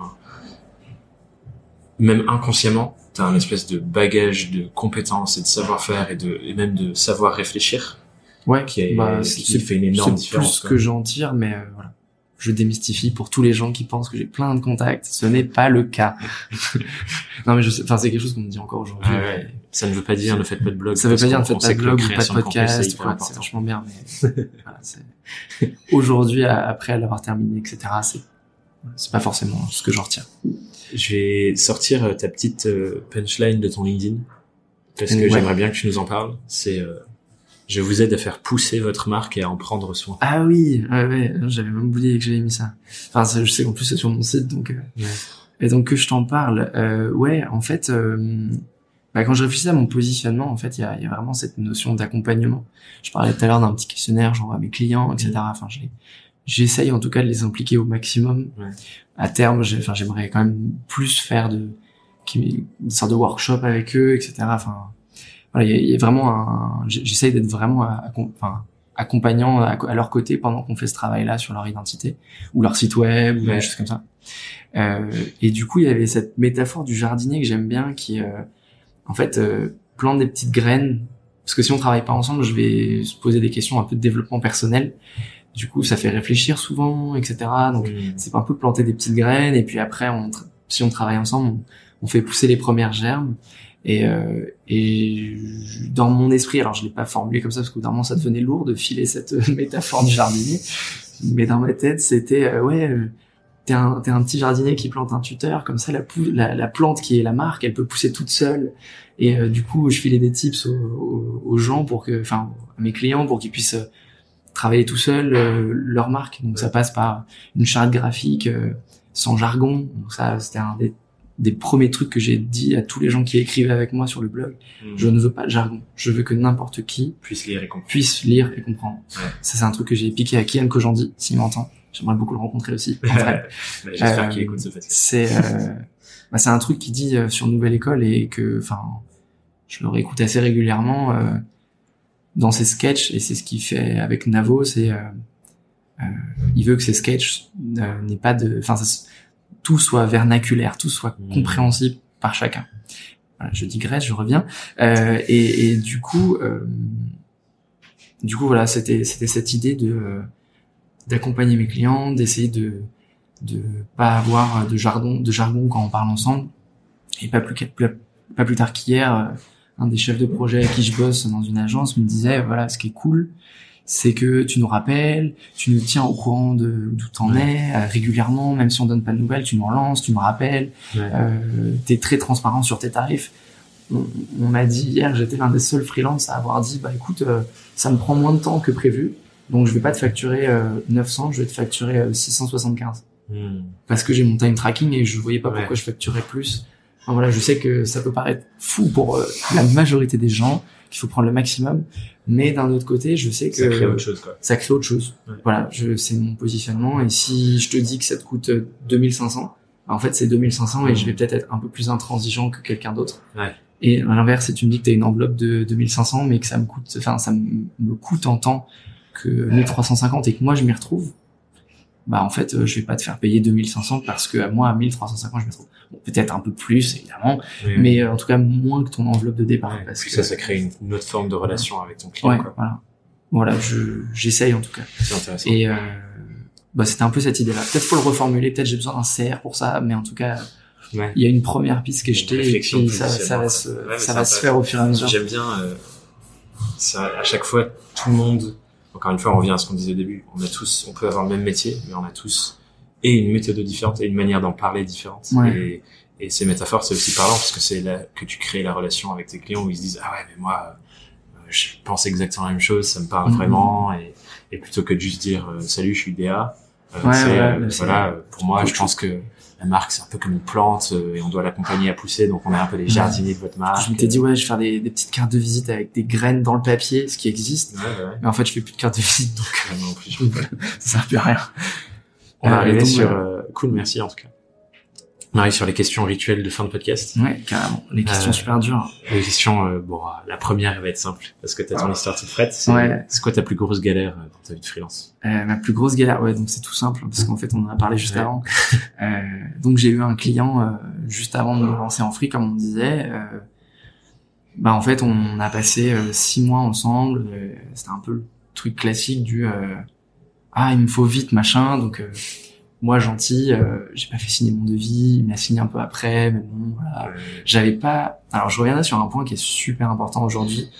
même inconsciemment, t'as un espèce de bagage de compétences et de savoir-faire et même de savoir réfléchir. Ouais, qui fait une énorme différence. C'est plus que j'en tire, mais voilà. Je démystifie pour tous les gens qui pensent que j'ai plein de contacts. Ce n'est pas le cas. Non, mais c'est quelque chose qu'on me dit encore aujourd'hui. Ouais. Ça ne veut pas dire ne faites pas de blog. Ça veut pas dire ne faites pas de blog ou pas de podcast. C'est vachement bien, mais voilà, aujourd'hui, après l'avoir terminé, etc., c'est pas forcément ce que j'en retiens. Je vais sortir ta petite punchline de ton LinkedIn parce que j'aimerais bien que tu nous en parles. C'est je vous aide à faire pousser votre marque et à en prendre soin. Ah oui, ouais, j'avais même oublié que j'avais mis ça. Je sais qu'en plus c'est sur mon site, donc. Et donc que je t'en parle, en fait, quand je réfléchis à mon positionnement, en fait, il y a vraiment cette notion d'accompagnement. Je parlais tout à l'heure d'un petit questionnaire, j'envoie à mes clients, etc. J'essaye en tout cas de les impliquer au maximum. Ouais. À terme, j'aimerais quand même plus faire de une sorte de workshop avec eux, etc. Enfin, voilà, il y a vraiment j'essaye d'être vraiment accompagnant à leur côté pendant qu'on fait ce travail-là sur leur identité ou leur site web ou des choses comme ça. Et du coup, il y avait cette métaphore du jardinier que j'aime bien, qui en fait plante des petites graines, parce que si on travaille pas ensemble, je vais se poser des questions un peu de développement personnel. Du coup, ça fait réfléchir souvent, etc. Donc, c'est un peu planter des petites graines, et puis après, si on travaille ensemble, on fait pousser les premières germes. Et dans mon esprit, alors je l'ai pas formulé comme ça parce qu'au bout d'un moment ça devenait lourd de filer cette métaphore du jardinier, mais dans ma tête c'était t'es un petit jardinier qui plante un tuteur, comme ça la plante qui est la marque, elle peut pousser toute seule. Et du coup, je filais des tips aux gens à mes clients pour qu'ils puissent travailler tout seuls leur marque. Donc ça passe par une charte graphique sans jargon. Donc ça, c'était un des premiers trucs que j'ai dit à tous les gens qui écrivaient avec moi sur le blog. Je ne veux pas de jargon. Je veux que n'importe qui puisse lire et comprendre. Ouais. Ça, c'est un truc que j'ai piqué à Kian Kojandi, s'il m'entend. J'aimerais beaucoup le rencontrer aussi, en vrai. J'espère qu'il écoute ce podcast. C'est un truc qu'il dit sur Nouvelle École, et que, je le réécoute assez régulièrement dans ses sketchs, et c'est ce qu'il fait avec Navo. Il veut que ses sketchs n'aient pas tout soit vernaculaire, tout soit compréhensible par chacun. Voilà, je digresse, je reviens. Et du coup, voilà, c'était cette idée d'accompagner mes clients, d'essayer de pas avoir de jargon quand on parle ensemble. Et pas plus tard qu'hier, un des chefs de projet avec qui je bosse dans une agence me disait, voilà, ce qui est cool, c'est que tu nous rappelles, tu nous tiens au courant d'où t'en es régulièrement, même si on donne pas de nouvelles, tu nous relances, tu nous rappelles, t'es très transparent sur tes tarifs. On m'a dit hier, j'étais l'un des seuls freelances à avoir dit, écoute, ça me prend moins de temps que prévu, donc je vais pas te facturer 900, je vais te facturer 675. Parce que j'ai mon time tracking et je voyais pas pourquoi je facturais plus. Enfin, voilà, je sais que ça peut paraître fou pour la majorité des gens, qu'il faut prendre le maximum, mais d'un autre côté, je sais que ça crée autre chose, quoi. Ça crée autre chose. Ouais. Voilà, c'est mon positionnement, et si je te dis que ça te coûte 2500, en fait, c'est 2500 et je vais peut-être être un peu plus intransigeant que quelqu'un d'autre. Ouais. Et à l'inverse, si tu me dis que t'as une enveloppe de 2500, mais que ça me coûte en temps que 1350 et que moi je m'y retrouve, en fait, je vais pas te faire payer 2500 parce que moi, à 1350, je me trouve. Bon, peut-être un peu plus, évidemment, mais en tout cas, moins que ton enveloppe de départ. Ouais, parce que ça crée une autre forme de relation avec ton client, quoi. Voilà, j'essaye, en tout cas. C'est intéressant. Et, c'était un peu cette idée-là. Peut-être faut le reformuler, peut-être j'ai besoin d'un CR pour ça, mais en tout cas, il y a une première piste qui est jetée, et puis ça va se faire au fur et à mesure. J'aime bien, à chaque fois, tout le monde, encore une fois, on revient à ce qu'on disait au début. On peut avoir le même métier, mais on a tous et une méthode différente et une manière d'en parler différente. Ouais. Et ces métaphores, c'est aussi parlant parce que c'est là que tu crées la relation avec tes clients où ils se disent, ah ouais, mais moi, je pense exactement la même chose, ça me parle vraiment. Et plutôt que de juste dire, salut, je suis DA. Pour moi, je pense que la marque, c'est un peu comme une plante et on doit l'accompagner à pousser. Donc, on est un peu les jardiniers de votre marque. Je m'étais dit, je vais faire des petites cartes de visite avec des graines dans le papier, ce qui existe. Mais en fait, je fais plus de cartes de visite, donc non plus, ça sert plus à rien. On va arriver sur... Cool, merci en tout cas. On arrive sur les questions rituelles de fin de podcast. Ouais, carrément. Les questions super dures. Les questions, la première, elle va être simple, parce que t'as ton histoire toute frette. C'est quoi ta plus grosse galère dans ta vie de freelance? Ma plus grosse galère, donc c'est tout simple, parce qu'en fait, on en a parlé juste avant. Donc j'ai eu un client juste avant de me lancer en free, comme on disait. En fait, on a passé 6 mois ensemble. C'était un peu le truc classique du il me faut vite, machin. Donc moi, gentil, j'ai pas fait signer mon devis, il m'a signé un peu après, mais bon, voilà. J'avais pas... Alors, je reviendrai sur un point qui est super important aujourd'hui,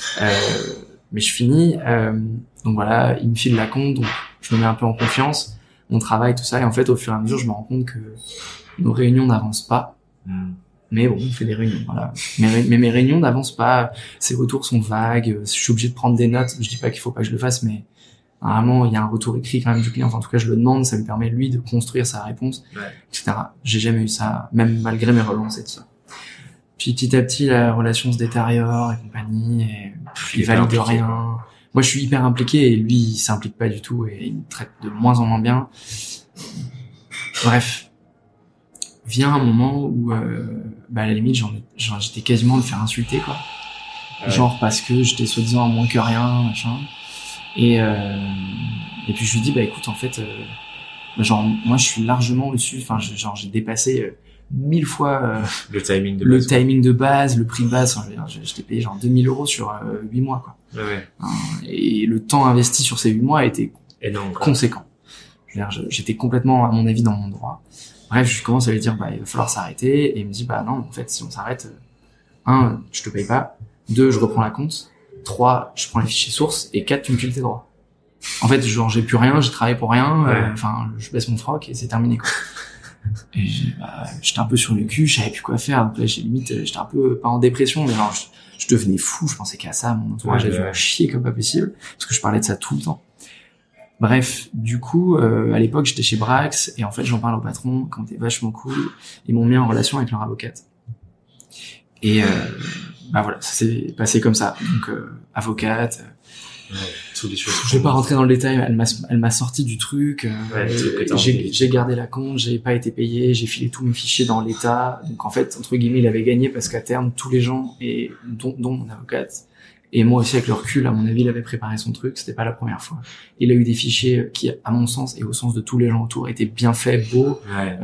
mais je finis. Donc voilà, il me file la compte, donc je me mets un peu en confiance, on travaille, tout ça, et en fait, au fur et à mesure, je me rends compte que nos réunions n'avancent pas. Mais bon, on fait des réunions, voilà. Mais mes réunions n'avancent pas, ces retours sont vagues, je suis obligé de prendre des notes, je dis pas qu'il faut pas que je le fasse, mais... Normalement, il y a un retour écrit quand même du client. Enfin, en tout cas, je le demande, ça lui permet, lui, de construire sa réponse, etc. J'ai jamais eu ça, même malgré mes relances et tout ça. Puis, petit à petit, la relation se détériore et compagnie, et il valide rien. Moi, je suis hyper impliqué et lui, il s'implique pas du tout et il me traite de moins en moins bien. Bref. vient un moment où, à la limite, j'étais quasiment de me faire insulter, quoi. Genre parce que j'étais soi-disant moins que rien, machin. Et puis je lui dis, écoute, en fait, genre, moi, je suis largement au-dessus. Enfin, j'ai dépassé 1000 fois le timing de base, le prix de base. Enfin, je t'ai payé genre 2000 € sur 8 mois, quoi. Ouais. Et le temps investi sur ces 8 mois a été énorme, quoi. Conséquent. J'étais complètement, à mon avis, dans mon droit. Bref, je commence à lui dire, il va falloir s'arrêter. Et il me dit, non, en fait, si on s'arrête, 1, je te paye pas. 2, je reprends la compte. 3, je prends les fichiers sources. Et 4, tu me files tes droits. En fait, genre, j'ai plus rien, j'ai travaillé pour rien. Je baisse mon froc et c'est terminé, quoi. Et j'étais un peu sur le cul, je savais plus quoi faire. Donc là, j'étais un peu, pas en dépression, mais genre, je devenais fou. Je pensais qu'à ça, mon entourage a dû me chier comme pas possible. Parce que je parlais de ça tout le temps. Bref, du coup, à l'époque, j'étais chez Brax, et en fait, j'en parle au patron, quand t'es vachement cool, ils m'ont mis en relation avec leur avocate. Et voilà, ça s'est passé comme ça. Donc, avocate. Je vais pas rentrer dans le détail, elle m'a sorti du truc. J'ai gardé la compte, j'ai pas été payé, j'ai filé tous mes fichiers dans l'État. Donc en fait, entre guillemets, il avait gagné parce qu'à terme, tous les gens, et dont mon avocate, et moi aussi avec le recul, à mon avis, il avait préparé son truc, c'était pas la première fois. Il a eu des fichiers qui, à mon sens, et au sens de tous les gens autour, étaient bien faits, beaux.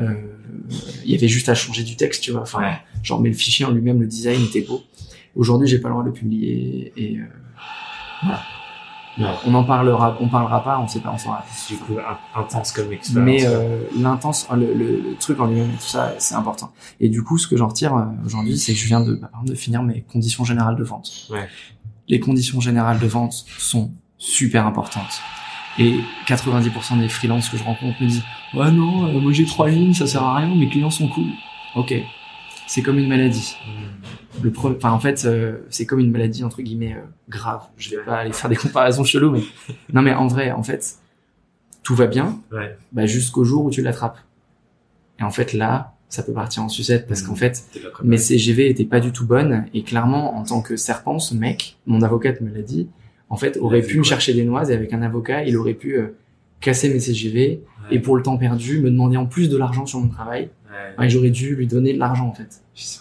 Il y avait juste à changer du texte, tu vois. Enfin, genre, mais le fichier en lui-même, le design était beau. Aujourd'hui, j'ai pas le droit de le publier, et voilà. On parlera pas, on sait pas, on saura. Du coup, intense comme expérience. Mais le truc en lui-même et tout ça, c'est important. Et du coup, ce que j'en retire aujourd'hui, c'est que je viens par exemple, de finir mes conditions générales de vente. Les conditions générales de vente sont super importantes. Et 90% des freelances que je rencontre me disent « Ouais non, moi j'ai 3 lignes, ça sert à rien, mes clients sont cool. » Ok, c'est comme une maladie. En fait, c'est comme une maladie entre guillemets grave. Je vais pas aller faire des comparaisons cheloues, mais non, mais en vrai, en fait, tout va bien, jusqu'au jour où tu l'attrapes. Et en fait, là, ça peut partir en sucette parce qu'en fait, mes CGV étaient pas du tout bonnes et clairement, en tant que serpent, ce mec, mon avocate me l'a dit, en fait, aurait pu me chercher des noises et avec un avocat, il aurait pu casser mes CGV et pour le temps perdu, me demander en plus de l'argent sur mon travail. Et j'aurais dû lui donner de l'argent en fait.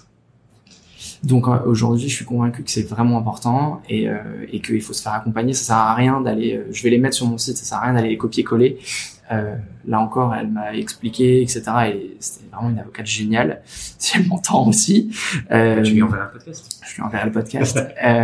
Donc aujourd'hui, je suis convaincu que c'est vraiment important et qu'il faut se faire accompagner. Ça sert à rien d'aller. Je vais les mettre sur mon site. Ça sert à rien d'aller les copier-coller. Là encore, elle m'a expliqué, etc. Et c'était vraiment une avocate géniale. Si elle m'entend aussi. Tu lui enverras le podcast. Je lui enverrai le podcast.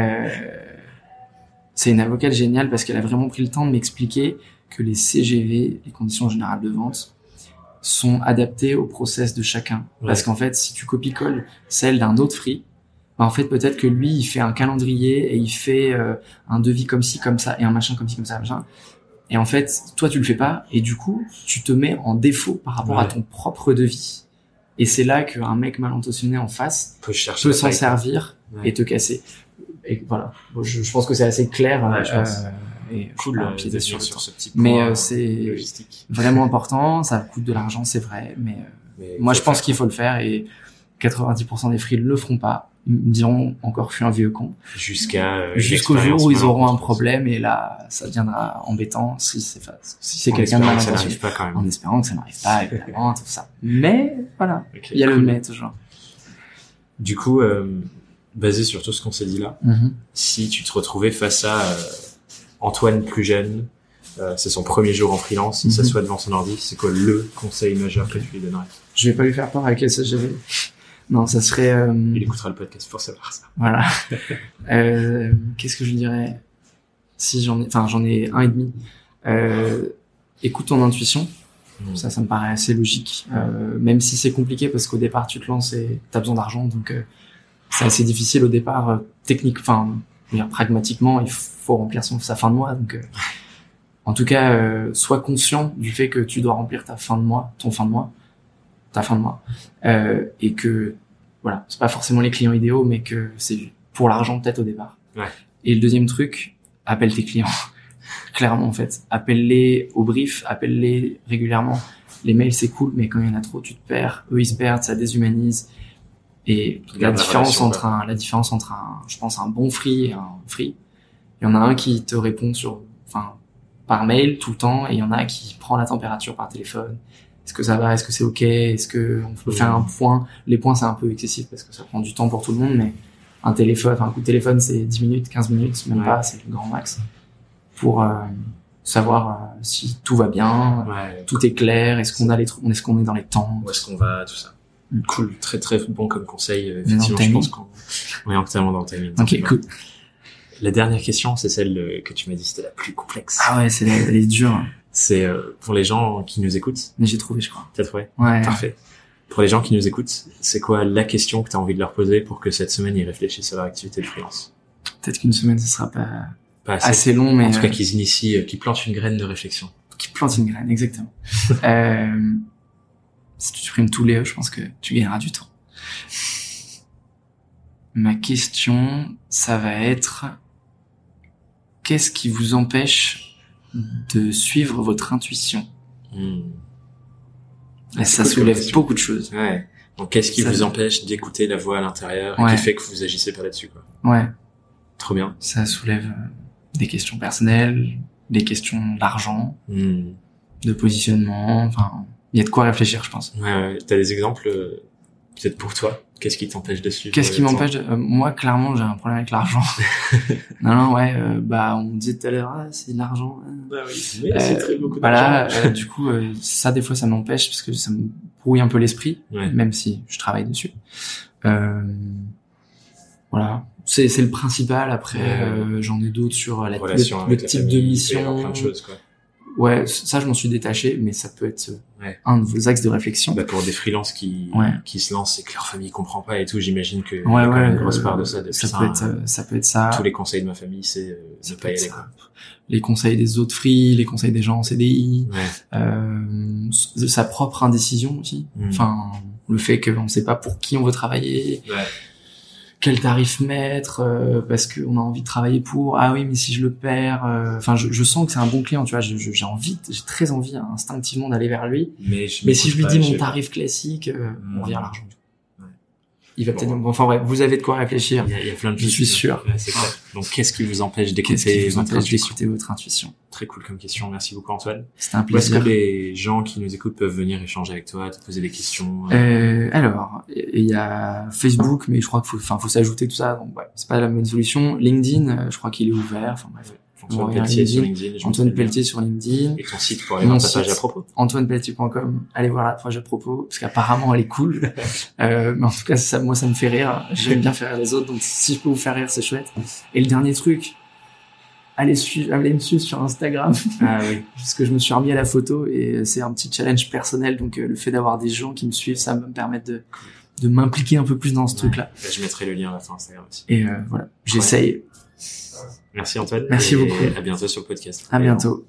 C'est une avocate géniale parce qu'elle a vraiment pris le temps de m'expliquer que les CGV, les conditions générales de vente, sont adaptées au process de chacun. Parce qu'en fait, si tu copies-colles celle d'un autre free, en fait, peut-être que lui, il fait un calendrier et il fait un devis comme ci, comme ça, et un machin comme ci, comme ça, machin. Et en fait, toi, tu le fais pas, et du coup, tu te mets en défaut par rapport à ton propre devis. Et c'est là qu'un mec mal intentionné en face peut s'en servir et te casser. Et voilà. Bon, je pense que c'est assez clair. Et cool pied sur ce petit point. Mais c'est logistique. Vraiment important. Ça coûte de l'argent, c'est vrai. Mais moi, je pense qu'il faut le faire. Et 90% des free ne le feront pas. Ils me diront encore, je suis un vieux con. Jusqu'au jour où ils auront un problème. Et là, ça deviendra embêtant si c'est quelqu'un de mal intentionné. En espérant que ça n'arrive pas, évidemment, tout ça. Mais voilà. Il y a le mais toujours. Du coup, basé sur tout ce qu'on s'est dit là, si tu te retrouvais face à Antoine plus jeune, c'est son premier jour en freelance, il s'assoit devant son ordi, c'est quoi le conseil majeur que tu lui donnerais? Je vais pas lui faire peur avec les CGV. Non, ça serait... Il écoutera le podcast pour savoir ça. Voilà. Qu'est-ce que je lui dirais? Si j'en ai un et demi. Écoute ton intuition. Ça me paraît assez logique. Même si c'est compliqué parce qu'au départ, tu te lances et t'as besoin d'argent, donc c'est assez difficile au départ, pragmatiquement, il faut remplir sa fin de mois. Donc, en tout cas, sois conscient du fait que tu dois remplir ta fin de mois, et que voilà, c'est pas forcément les clients idéaux, mais que c'est pour l'argent peut-être au départ. Et le deuxième truc, appelle tes clients. Clairement, en fait, appelle-les au brief, appelle-les régulièrement. Les mails, c'est cool, mais quand il y en a trop, tu te perds. Eux, ils se perdent, ça déshumanise. Et la différence entre je pense, un bon free et un free, il y en a un qui te répond par mail tout le temps, et il y en a qui prend la température par téléphone. est-ce que ça va, est-ce que c'est ok, est-ce que on peut faire un point. Les points c'est un peu excessif parce que ça prend du temps pour tout le monde, mais un coup de téléphone c'est 10 minutes, 15 minutes, même pas, c'est le grand max pour savoir si tout va bien, tout est clair, est-ce qu'on est dans les temps, où est-ce qu'on va, tout ça. Cool, très très bon comme conseil. Effectivement, je pense qu'on est entièrement dans le timing. Ok, cool. La dernière question, c'est celle que tu m'as dit c'était la plus complexe. Ah ouais, elle est dure. C'est pour les gens qui nous écoutent. Mais j'ai trouvé, je crois. T'as trouvé? Ouais. Parfait. Pour les gens qui nous écoutent, c'est quoi la question que t'as envie de leur poser pour que cette semaine ils réfléchissent à leur activité de freelance? Peut-être qu'une semaine, ce sera pas assez long, mais en tout cas qu'ils initient, qu'ils plantent une graine de réflexion. Qu'ils plantent une graine, exactement. Si tu supprimes tous les E, je pense que tu gagneras du temps. Ma question, ça va être: qu'est-ce qui vous empêche de suivre votre intuition? Et ça soulève beaucoup de choses. Ouais. Donc, qu'est-ce qui vous empêche d'écouter la voix à l'intérieur et qui fait que vous agissez pas là-dessus, quoi? Ouais. Trop bien. Ça soulève des questions personnelles, des questions d'argent, de positionnement, enfin, il y a de quoi réfléchir, je pense. Ouais. T'as des exemples, peut-être pour toi? Qu'est-ce qui t'empêche de suivre? Qu'est-ce qui m'empêche moi, clairement, j'ai un problème avec l'argent. Non, on disait tout à l'heure, c'est de l'argent. Bah oui, mais c'est très beaucoup d'argent. Voilà, du coup, ça, des fois, ça m'empêche parce que ça me brouille un peu l'esprit, même si je travaille dessus. Voilà. C'est le principal. Après, j'en ai d'autres sur le type de mission. Plein de choses, quoi. Ouais, ça je m'en suis détaché, mais ça peut être un de vos axes de réflexion. Bah pour des freelances qui se lancent et que leur famille comprend pas et tout, j'imagine que il y a quand même une grosse part de ça. Ça peut être ça. Tous les conseils de ma famille, c'est ne pas y aller. Les conseils des autres free, les conseils des gens en CDI, sa propre indécision aussi. Enfin, le fait qu'on ne sait pas pour qui on veut travailler. Quel tarif mettre parce qu'on a envie de travailler pour. Ah oui, mais si je le perds, enfin je sens que c'est un bon client, tu vois, j'ai très envie instinctivement d'aller vers lui. Mais si je lui dis mon tarif classique, on revient à l'argent. Il va peut-être vous avez de quoi réfléchir. Il y a plein de choses. Je suis sûr. Ouais, c'est clair. Donc qu'est-ce qui vous empêche d'écouter votre intuition? Très cool comme question. Merci beaucoup Antoine. C'était un plaisir. Où est-ce que les gens qui nous écoutent peuvent venir échanger avec toi, te poser des questions? Alors, il y a Facebook, mais je crois qu'il faut s'ajouter tout ça. Donc c'est pas la bonne solution. LinkedIn, je crois qu'il est ouvert. Enfin bref. Antoine Pelletier sur LinkedIn. Antoine Pelletier sur LinkedIn. Et ton site pour aller voir ta page à propos. AntoinePelletier.com. Allez voir la page à propos, parce qu'apparemment elle est cool. Mais en tout cas, ça me fait rire. J'aime bien faire rire les autres, donc si je peux vous faire rire, c'est chouette. Et le dernier truc, allez me suivre sur Instagram. Ah oui. Parce que je me suis remis à la photo et c'est un petit challenge personnel, donc le fait d'avoir des gens qui me suivent, ça va me permettre de m'impliquer un peu plus dans ce truc-là. Je mettrai le lien vers ton Instagram aussi. Et voilà, j'essaye. Merci Antoine. Merci beaucoup. À bientôt sur le podcast. À bientôt.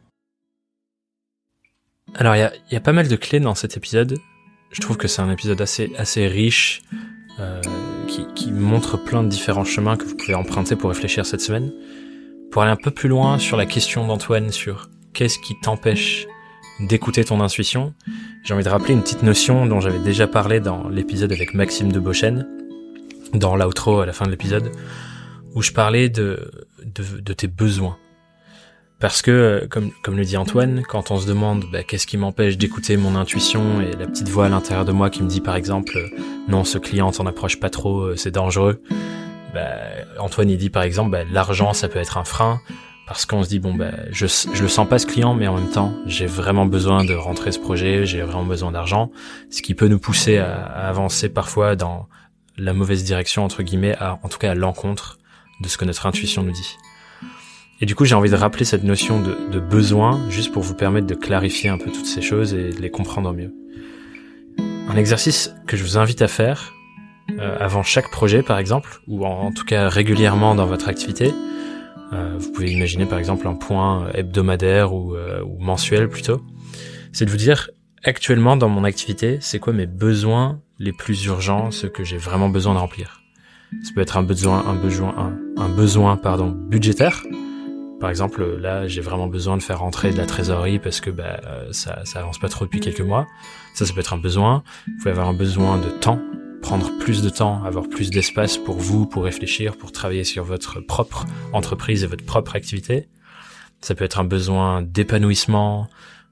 Alors il y a pas mal de clés dans cet épisode. Je trouve que c'est un épisode assez riche, qui montre plein de différents chemins que vous pouvez emprunter pour réfléchir cette semaine. Pour aller un peu plus loin sur la question d'Antoine sur qu'est-ce qui t'empêche d'écouter ton intuition, j'ai envie de rappeler une petite notion dont j'avais déjà parlé dans l'épisode avec Maxime de Beauchesne, dans l'outro à la fin de l'épisode, où je parlais de tes besoins. Parce que, comme le dit Antoine, quand on se demande qu'est-ce qui m'empêche d'écouter mon intuition et la petite voix à l'intérieur de moi qui me dit par exemple non, ce client t'en approche pas trop, c'est dangereux. Antoine il dit par exemple l'argent ça peut être un frein parce qu'on se dit je le sens pas ce client, mais en même temps j'ai vraiment besoin de rentrer ce projet, j'ai vraiment besoin d'argent, ce qui peut nous pousser à avancer parfois dans la mauvaise direction entre guillemets, en tout cas à l'encontre de ce que notre intuition nous dit. Et du coup, j'ai envie de rappeler cette notion de besoin, juste pour vous permettre de clarifier un peu toutes ces choses et de les comprendre mieux. Un exercice que je vous invite à faire, avant chaque projet par exemple, ou en tout cas régulièrement dans votre activité, vous pouvez imaginer par exemple un point hebdomadaire ou mensuel plutôt, c'est de vous dire, actuellement dans mon activité, c'est quoi mes besoins les plus urgents, ceux que j'ai vraiment besoin de remplir. Ça peut être un besoin budgétaire. Par exemple, là, j'ai vraiment besoin de faire rentrer de la trésorerie parce que ça avance pas trop depuis quelques mois. Ça peut être un besoin. Vous pouvez avoir un besoin de temps, prendre plus de temps, avoir plus d'espace pour vous, pour réfléchir, pour travailler sur votre propre entreprise et votre propre activité. Ça peut être un besoin d'épanouissement,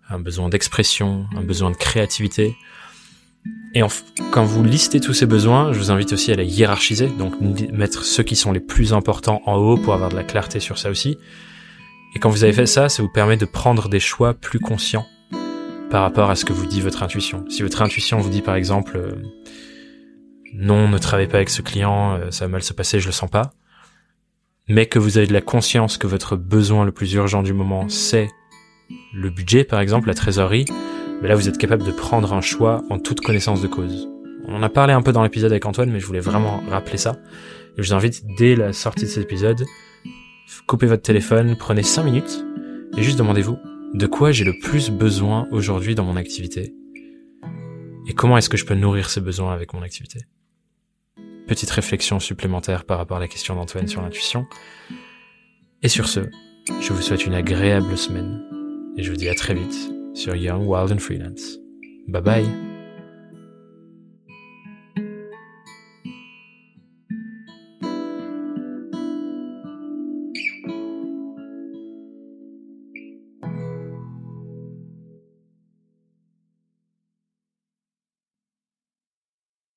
un besoin d'expression, un besoin de créativité. Et quand vous listez tous ces besoins, je vous invite aussi à les hiérarchiser, donc mettre ceux qui sont les plus importants en haut pour avoir de la clarté sur ça aussi. Et quand vous avez fait ça, ça vous permet de prendre des choix plus conscients par rapport à ce que vous dit votre intuition. Si votre intuition vous dit par exemple non, ne travaillez pas avec ce client, ça va mal se passer, je le sens pas, mais que vous avez de la conscience que votre besoin le plus urgent du moment, c'est le budget par exemple, la trésorerie, mais là vous êtes capable de prendre un choix en toute connaissance de cause. On en a parlé un peu dans l'épisode avec Antoine, mais je voulais vraiment rappeler ça. Et je vous invite, dès la sortie de cet épisode, coupez votre téléphone, prenez 5 minutes, et juste demandez-vous, de quoi j'ai le plus besoin aujourd'hui dans mon activité? Et comment est-ce que je peux nourrir ces besoins avec mon activité? Petite réflexion supplémentaire par rapport à la question d'Antoine sur l'intuition. Et sur ce, je vous souhaite une agréable semaine, et je vous dis à très vite sur Young, Wild and Freelance. Bye bye!